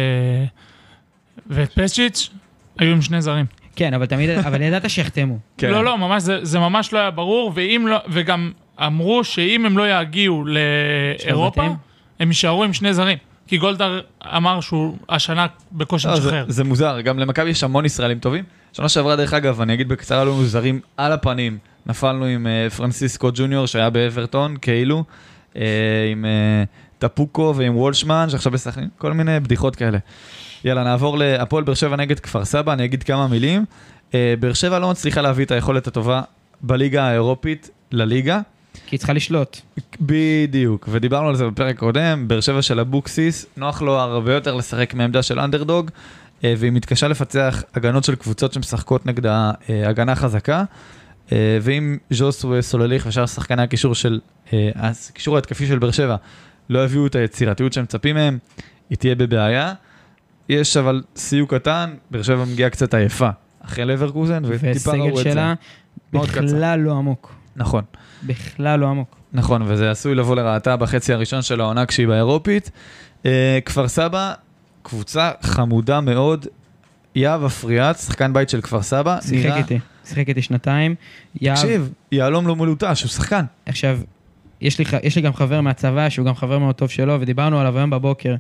ואת פצ'יץ' היו עם שני זרים. כן, אבל תמיד, אבל ידעת שיחתמו. לא, לא, ממש, זה ממש לא היה ברור, וגם אמרו שאם הם לא יגיעו לאירופה, הם יישארו עם שני זרים. כי גולדהר אמר שהוא השנה בקושי משחרר. זה מוזר, גם למכבי יש המון ישראלים טובים. שנה שעברה דרך אגב, אני אגיד בקצרה, לא זרים על הפנים. נפלנו עם פרנסיסקו ג'וניור שהיה באברטון, כאילו, עם טפוקו ועם וולשמן, שעכשיו בסכנין, כל מיני בדיחות כאלה. יאללה, נעבור להפועל באר שבע נגד כפר סבא, אני אגיד כמה מילים. באר שבע לא מצליחה להביא את היכולת הטובה בליגה האירופית לליגה. כי היא צריכה לשלוט. בדיוק, ודיברנו על זה בפרק קודם, באר שבע של אבוקסיס, נוח לו הרבה יותר לשחק מעמדה של אנדרדוג, והיא מתקשה לפצח הגנות של קבוצות שמשחקות נגד ההגנה חזקה, ואם ז'וס וסולליך ושאר שחקני הקישור של, הקישור ההתקפי של באר שבע, לא הביאו את היצירתיות שהם מצפים מהם, היא תהיה בבעיה. יש אבל סיוק קטן, באר שבע מגיעה קצת עייפה, אחרי לברקוזן, וטיפה ראו את זה. וסגל שלה בכלל לא עמוק. נכון. בכלל לא עמוק. נכון, וזה עשוי לבוא לרעתה בחצי הראשון של העונה כשהיא באירופית. כפר סבא, קבוצה חמודה מאוד, יאב אפריאץ, שחקן בית של כפר סבא. שיחק איתי, שיחק איתי שנתיים. תקשיב, יעלום לא מלוטש, הוא שחקן. עכשיו, יש לי, יש לי גם חבר מהצבא, שהוא גם חבר מאוד טוב שלו, ודיברנו עליו היום בבוקר.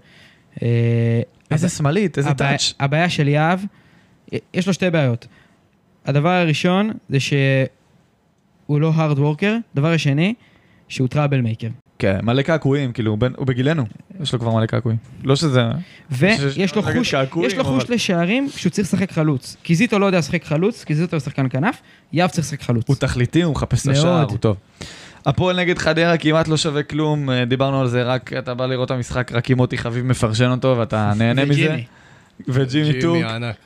איזה שמאלית, איזה טאץ'. הבעיה של יאב, יש לו שתי בעיות. הדבר הראשון זה שהוא לא hard worker, דבר השני, שהוא טראבל מייקר. כן, מלא קעקועים, כאילו, הוא בגילנו. יש לו כבר מלא קעקועים. לא שזה... ויש לו חוש, יש לו חוש לשערים שהוא צריך לשחק חלוץ. כי זיטו לא יודע לשחק חלוץ, כי זיטו הוא שחקן כנף, יאב צריך לשחק חלוץ. הוא תכליתי, הוא מחפש את השער, הוא טוב. הפועל נגד חדרה כמעט לא שווה כלום, דיברנו על זה, רק אתה בא לראות את המשחק, רק עם מוטי חביב מפרשן אותו, ואתה נהנה מזה. וג'ימי טוק.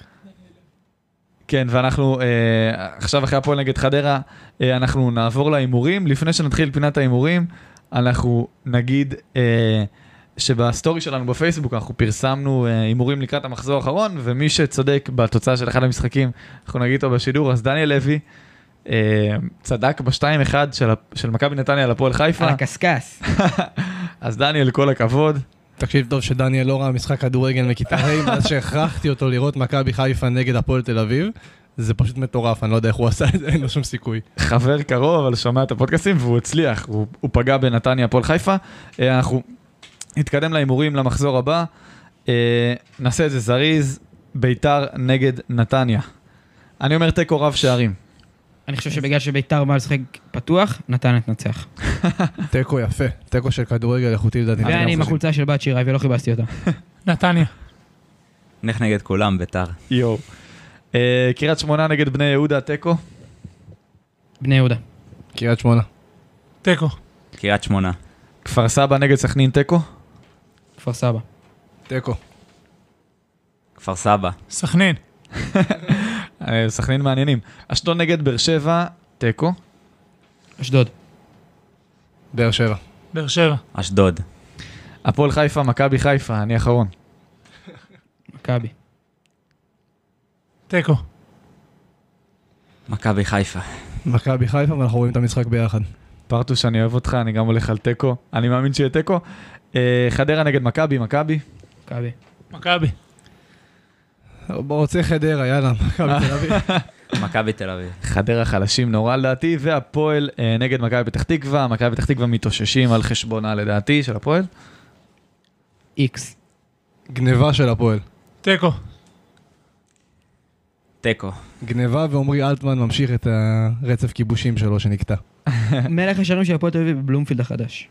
כן, ואנחנו, עכשיו אחרי הפועל נגד חדרה, אנחנו נעבור לאימורים. לפני שנתחיל פינת האימורים, אנחנו נגיד שבסטורי שלנו בפייסבוק, אנחנו פרסמנו אימורים לקראת המחזור האחרון, ומי שצודק בתוצאה של אחד המשחקים, אנחנו נגיד אותו בשידור, אז דניאל לוי, צדק ב-שתיים אחד של, של מכבי נתניה על הפועל חיפה. על הקסקס. אז דניאל, כל הכבוד. תקשיב טוב שדניאל לא ראה משחק כדורגל מכיתה ה' מאז שהכרחתי אותו לראות מכבי חיפה נגד הפועל תל אביב. זה פשוט מטורף, אני לא יודע איך הוא עשה את זה, אין לו שום סיכוי. חבר קרוב, אבל שומע את הפודקאסטים, והוא הצליח, הוא, הוא פגע בנתניה הפועל חיפה. אנחנו נתקדם לאימורים למחזור הבא, נעשה את זה זריז, ביתר נגד נתניה. אני אומר תיקו רב שערים. אני חושב שבגלל שביתר בא לשחק פתוח, נתניה תנצח. תיקו יפה, תיקו של כדורגל איכותי לדעתי. ואני עם החולצה של בת שיראי ולא חיפשתי אותה. נתניה. נלך נגד כולם, ביתר. יואו. קריית שמונה נגד בני יהודה, תיקו. בני יהודה. קריית שמונה. תיקו. קריית שמונה. כפר סבא נגד סכנין, תיקו. כפר סבא. תיקו. כפר סבא. סכנין. סכנין מעניינים. אשדוד נגד באר שבע, תיקו. אשדוד. באר שבע. באר שבע. אשדוד. הפועל חיפה, מכבי חיפה, אני אחרון. מכבי. תיקו. מכבי חיפה. מכבי חיפה, ואנחנו רואים את המשחק ביחד. פרטוש, אני אוהב אותך, אני גם הולך על תיקו. אני מאמין שיהיה תיקו. חדרה נגד מכבי, מכבי. מכבי. מכבי. בוא רוצה חדרה, יאללה, מכבי תל אביב. מכבי תל אביב. חדרה חלשים נורא לדעתי, והפועל נגד מכבי פתח תקווה. מכבי פתח תקווה מתאוששים על חשבונה לדעתי של הפועל. איקס. גניבה של הפועל. תיקו. תיקו. גניבה ועומרי אלטמן ממשיך את הרצף כיבושים שלו שנקטע. מלך השערים של הפועל תל אביב בבלומפילד החדש.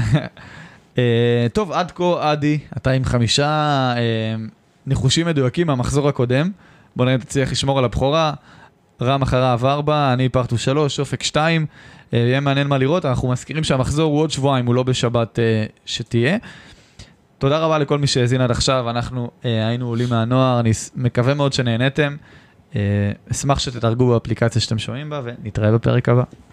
טוב, עד כה, עדי, אתה עם חמישה ניחושים מדויקים מהמחזור הקודם. בוא נראה, תצליח לשמור על הבכורה. רם אחריו ארבע, אני פרטו שלוש, אופק שתיים. יהיה מעניין מה לראות. אנחנו מזכירים שהמחזור הוא עוד שבועיים, הוא לא בשבת שתהיה. תודה רבה לכל מי שהזין עד עכשיו. אנחנו היינו עולים מהנוער. אני מקווה מאוד שנהנתם. אשמח שתתרגו באפליקציה שאתם שומעים בה, ונתראה בפרק הבא.